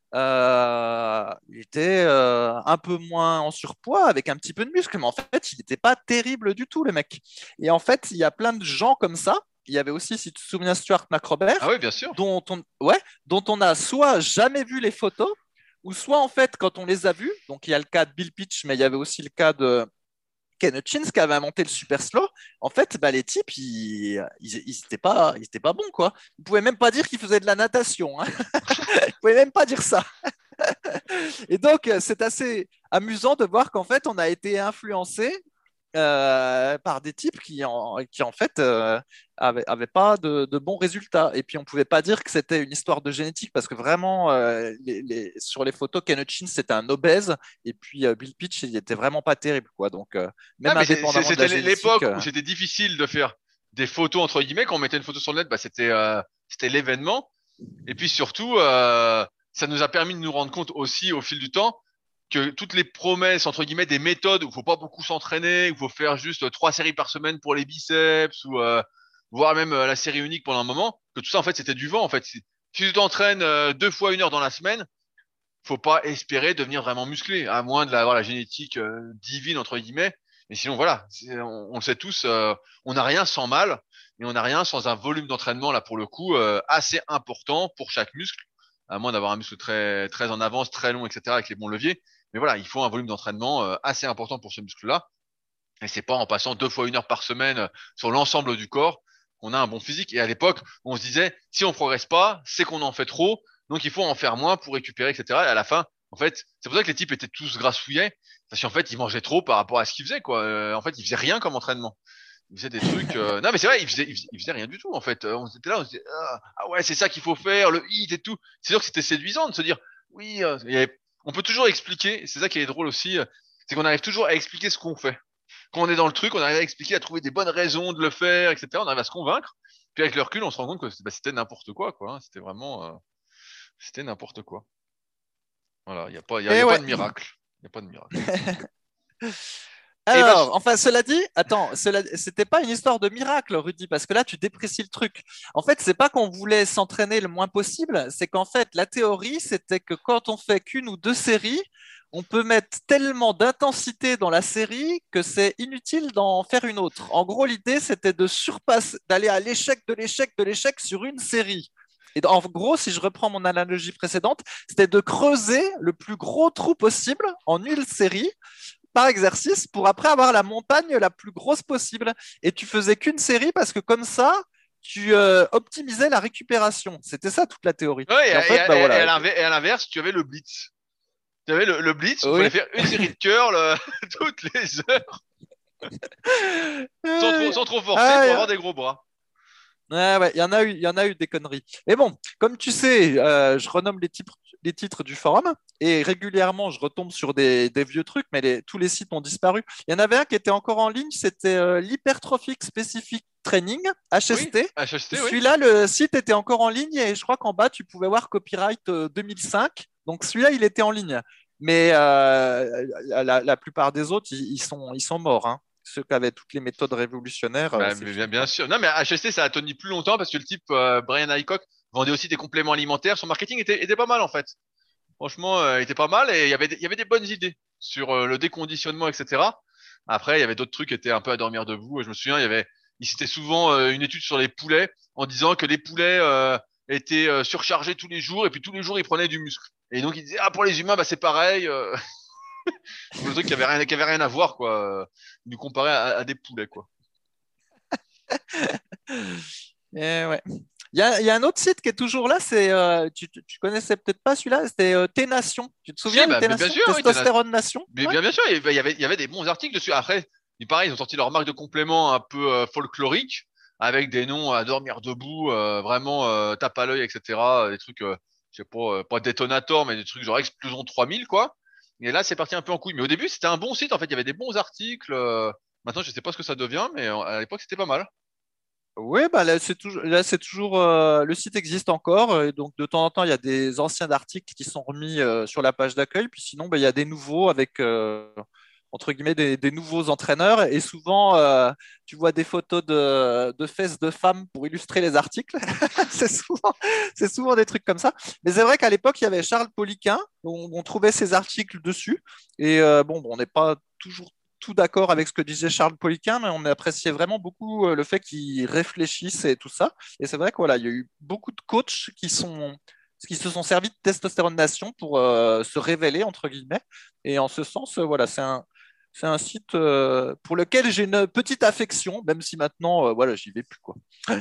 euh, il était euh, un peu moins en surpoids avec un petit peu de muscle. Mais en fait, il n'était pas terrible du tout, le mec. Et en fait, il y a plein de gens comme ça. Il y avait aussi, si tu te souviens, Stuart Ah McRobert, oui, bien sûr. dont on, ouais, dont on a soit jamais vu les photos, ou soit en fait, quand on les a vus, donc il y a le cas de Bill Pitch, mais il y avait aussi le cas de Ken Hutchins qui avait inventé le super slow, en fait, bah, les types, ils, ils, ils étaient pas, ils étaient pas bons, quoi. Ils pouvaient même pas dire qu'ils faisaient de la natation, hein. Ils pouvaient même pas dire ça. Et donc, euh, c'est assez amusant de voir qu'en fait, on a été influencé euh, par des types qui, en, qui en fait, euh, avaient, avaient pas de, de bons résultats. Et puis, on pouvait pas dire que c'était une histoire de génétique parce que vraiment, euh, les, les- sur les photos, Ken Hutchins, c'était un obèse. Et puis, euh, Bill Pitch, il était vraiment pas terrible, quoi. Donc, euh, Ah même mais c'est- c'est- indépendamment de la c'était génétique, l'époque euh, où c'était difficile de faire des photos entre guillemets. Quand on mettait une photo sur le net, bah c'était euh, c'était l'événement. Et puis surtout, euh, ça nous a permis de nous rendre compte aussi au fil du temps que toutes les promesses, entre guillemets, des méthodes où il faut pas beaucoup s'entraîner, où il faut faire juste trois séries par semaine pour les biceps, ou euh, voire même euh, la série unique pendant un moment, que tout ça, en fait, c'était du vent. En fait, si si tu t'entraînes euh, deux fois une heure dans la semaine, faut pas espérer devenir vraiment musclé, à moins de la, avoir la génétique euh, divine, entre guillemets. Mais sinon, voilà, c'est- on, on le sait tous, euh, on n'a rien sans mal, et on n'a rien sans un volume d'entraînement, là, pour le coup, euh, assez important pour chaque muscle, à moins d'avoir un muscle très, très en avance, très long, et cetera, avec les bons leviers. Mais voilà, il faut un volume d'entraînement euh, assez important pour ce muscle-là. Et c'est pas en passant deux fois une heure par semaine euh, sur l'ensemble du corps qu'on a un bon physique. Et à l'époque, on se disait, si on progresse pas, c'est qu'on en fait trop, donc il faut en faire moins pour récupérer, et cetera. Et à la fin, en fait, c'est pour ça que les types étaient tous grassouillets, parce qu'en fait, ils mangeaient trop par rapport à ce qu'ils faisaient, quoi. Euh, en fait, ils faisaient rien comme entraînement. Ils faisaient des trucs. euh, Non, mais c'est vrai, ils faisaient, ils faisaient, ils faisaient rien du tout, en fait. Euh, on était là, on se disait, ah, ah ouais, c'est ça qu'il faut faire, le hit et tout. C'est sûr que c'était séduisant de se dire, oui, euh, il y avait- on peut toujours expliquer. Et c'est ça qui est drôle aussi, euh, c'est qu'on arrive toujours à expliquer ce qu'on fait. Quand on est dans le truc, on arrive à expliquer, à trouver des bonnes raisons de le faire, et cetera. On arrive à se convaincre. Puis avec le recul, on se rend compte que bah, c'était n'importe quoi, quoi. Hein. C'était vraiment, euh, c'était n'importe quoi. Voilà, il y a pas, il y a, y et a pas ouais. de miracle. Il y a pas de miracle. Et bah, Alors, enfin, cela dit, attends, cela, c'était pas une histoire de miracle, Rudy, parce que là, tu déprécies le truc. En fait, c'est pas qu'on voulait s'entraîner le moins possible, c'est qu'en fait, la théorie, c'était que quand on fait qu'une ou deux séries, on peut mettre tellement d'intensité dans la série que c'est inutile d'en faire une autre. En gros, l'idée, c'était de surpasser, d'aller à l'échec de l'échec de l'échec sur une série. Et en gros, si je reprends mon analogie précédente, c'était de creuser le plus gros trou possible en une série par exercice pour après avoir la montagne la plus grosse possible. Et tu faisais qu'une série parce que comme ça, tu euh, optimisais la récupération. C'était ça toute la théorie. ouais, Et en et, et- fait, bah et- et voilà. à l'inver- et à l'inverse, tu avais le blitz. Tu avais le, le blitz où il fallait Oui. faire une série de curls euh, toutes les heures, sans trop, sans trop forcer pour avoir Ah, des gros bras. ouais, ouais, il y en a eu, il y en a eu des conneries. Mais bon, comme tu sais, euh, je renomme les titres, les titres du forum et régulièrement, je retombe sur des, des vieux trucs, mais les- tous les sites ont disparu. Il y en avait un qui était encore en ligne, c'était euh, l'Hypertrophic Specific Training, Oui, H S T. H S T, oui. Celui-là, le site était encore en ligne et je crois qu'en bas, tu pouvais voir copyright euh, deux mille cinq. Donc celui-là, il était en ligne. Mais euh, la, la plupart des autres, ils, ils sont, ils sont morts, hein. Ceux qui avaient toutes les méthodes révolutionnaires, euh, Bah, c'est mais bien, fini, bien quoi. sûr. Non, mais H S T, ça a tenu plus longtemps parce que le type euh, Brian Aycock vendait aussi des compléments alimentaires. Son marketing était, était pas mal en fait. Franchement, euh, il était pas mal et il y avait des, il y avait des bonnes idées sur euh, le déconditionnement, et cetera. Après, il y avait d'autres trucs qui étaient un peu à dormir debout. Je me souviens, il y avait, il citait souvent euh, une étude sur les poulets en disant que les poulets euh, étaient euh, surchargés tous les jours et puis tous les jours ils prenaient du muscle. Et donc il disait ah pour les humains bah c'est pareil. Euh... le truc qui avait rien, qui avait rien à voir quoi. Il nous comparait à, à des poulets quoi. Eh ouais. Il y a, il y a un autre site qui est toujours là, c'est euh, tu, tu tu connaissais peut-être pas celui-là, c'était euh, T-Nation. Tu te Si souviens de bah bien T-Nation? sûr, oui, t'es Testostérone Nation? Mais Ouais. bien, bien sûr, il y avait, il y avait, il y avait des bons articles dessus. Après, il pareil, ils ont sorti leur marque de compléments un peu euh, folklorique, avec des noms à dormir debout, euh, vraiment euh, tape à l'œil, et cetera. Des trucs, euh, je sais pas, euh, pas détonator, mais des trucs genre Explosion trois mille, quoi. Et là, c'est parti un peu en couille. Mais au début, c'était un bon site, en fait, il y avait des bons articles. euh, Maintenant, je sais pas ce que ça devient, mais euh, à l'époque, c'était pas mal. Oui, bah là c'est toujours, là c'est toujours euh, le site existe encore, euh, et donc de temps en temps il y a des anciens articles qui sont remis euh, sur la page d'accueil, puis sinon bah, il y a des nouveaux avec euh, entre guillemets des, des nouveaux entraîneurs, et souvent euh, tu vois des photos de, de fesses de femmes pour illustrer les articles. c'est souvent, c'est souvent des trucs comme ça. Mais c'est vrai qu'à l'époque il y avait Charles Poliquin, on, on trouvait ses articles dessus, et euh, bon, bon, on n'est pas toujours tout d'accord avec ce que disait Charles Poliquin, mais on appréciait vraiment beaucoup euh, le fait qu'il réfléchisse et tout ça. Et c'est vrai qu'il voilà, y a eu beaucoup de coachs qui, sont, qui se sont servis de Testostérone Nation pour euh, se révéler, entre guillemets. Et en ce sens, euh, voilà, c'est un, c'est un site euh, pour lequel j'ai une petite affection, même si maintenant, euh, voilà, j'y vais plus, quoi.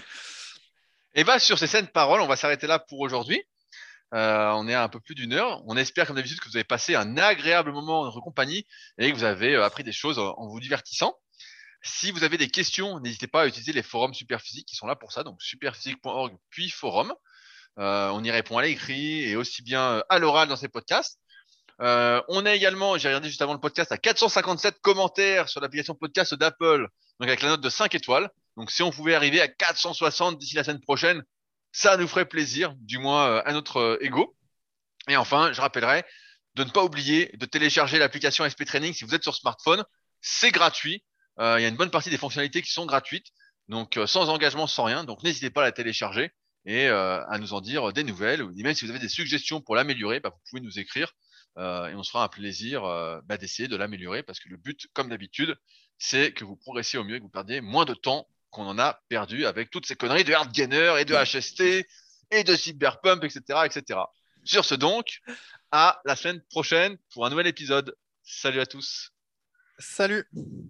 Et bah, sur ces saines paroles, on va s'arrêter là pour aujourd'hui. Euh, on est à un peu plus d'une heure. On espère, comme d'habitude, que vous avez passé un agréable moment en notre compagnie et que vous avez euh, appris des choses en en vous divertissant. Si vous avez des questions, n'hésitez pas à utiliser les forums Superphysique qui sont là pour ça, donc superphysique point org puis forum. Euh, on y répond à l'écrit et aussi bien euh, à l'oral dans ces podcasts. Euh, on a également, j'ai regardé juste avant le podcast, à quatre cent cinquante-sept commentaires sur l'application podcast d'Apple, donc avec la note de cinq étoiles. Donc si on pouvait arriver à quatre cent soixante d'ici la semaine prochaine, ça nous ferait plaisir, du moins euh, à notre euh, ego. Et enfin, je rappellerai de ne pas oublier de télécharger l'application S P Training si vous êtes sur smartphone. C'est gratuit. Euh, il y a une bonne partie des fonctionnalités qui sont gratuites, donc euh, sans engagement, sans rien. Donc n'hésitez pas à la télécharger et euh, à nous en dire des nouvelles. Ou même si vous avez des suggestions pour l'améliorer, bah, vous pouvez nous écrire euh, et on se fera un plaisir euh, bah, d'essayer de l'améliorer parce que le but, comme d'habitude, c'est que vous progressiez au mieux et que vous perdiez moins de temps qu'on en a perdu avec toutes ces conneries de hard gainer et de H S T et de cyberpump, et cetera, et cetera. Sur ce donc, à la semaine prochaine pour un nouvel épisode. Salut à tous. Salut!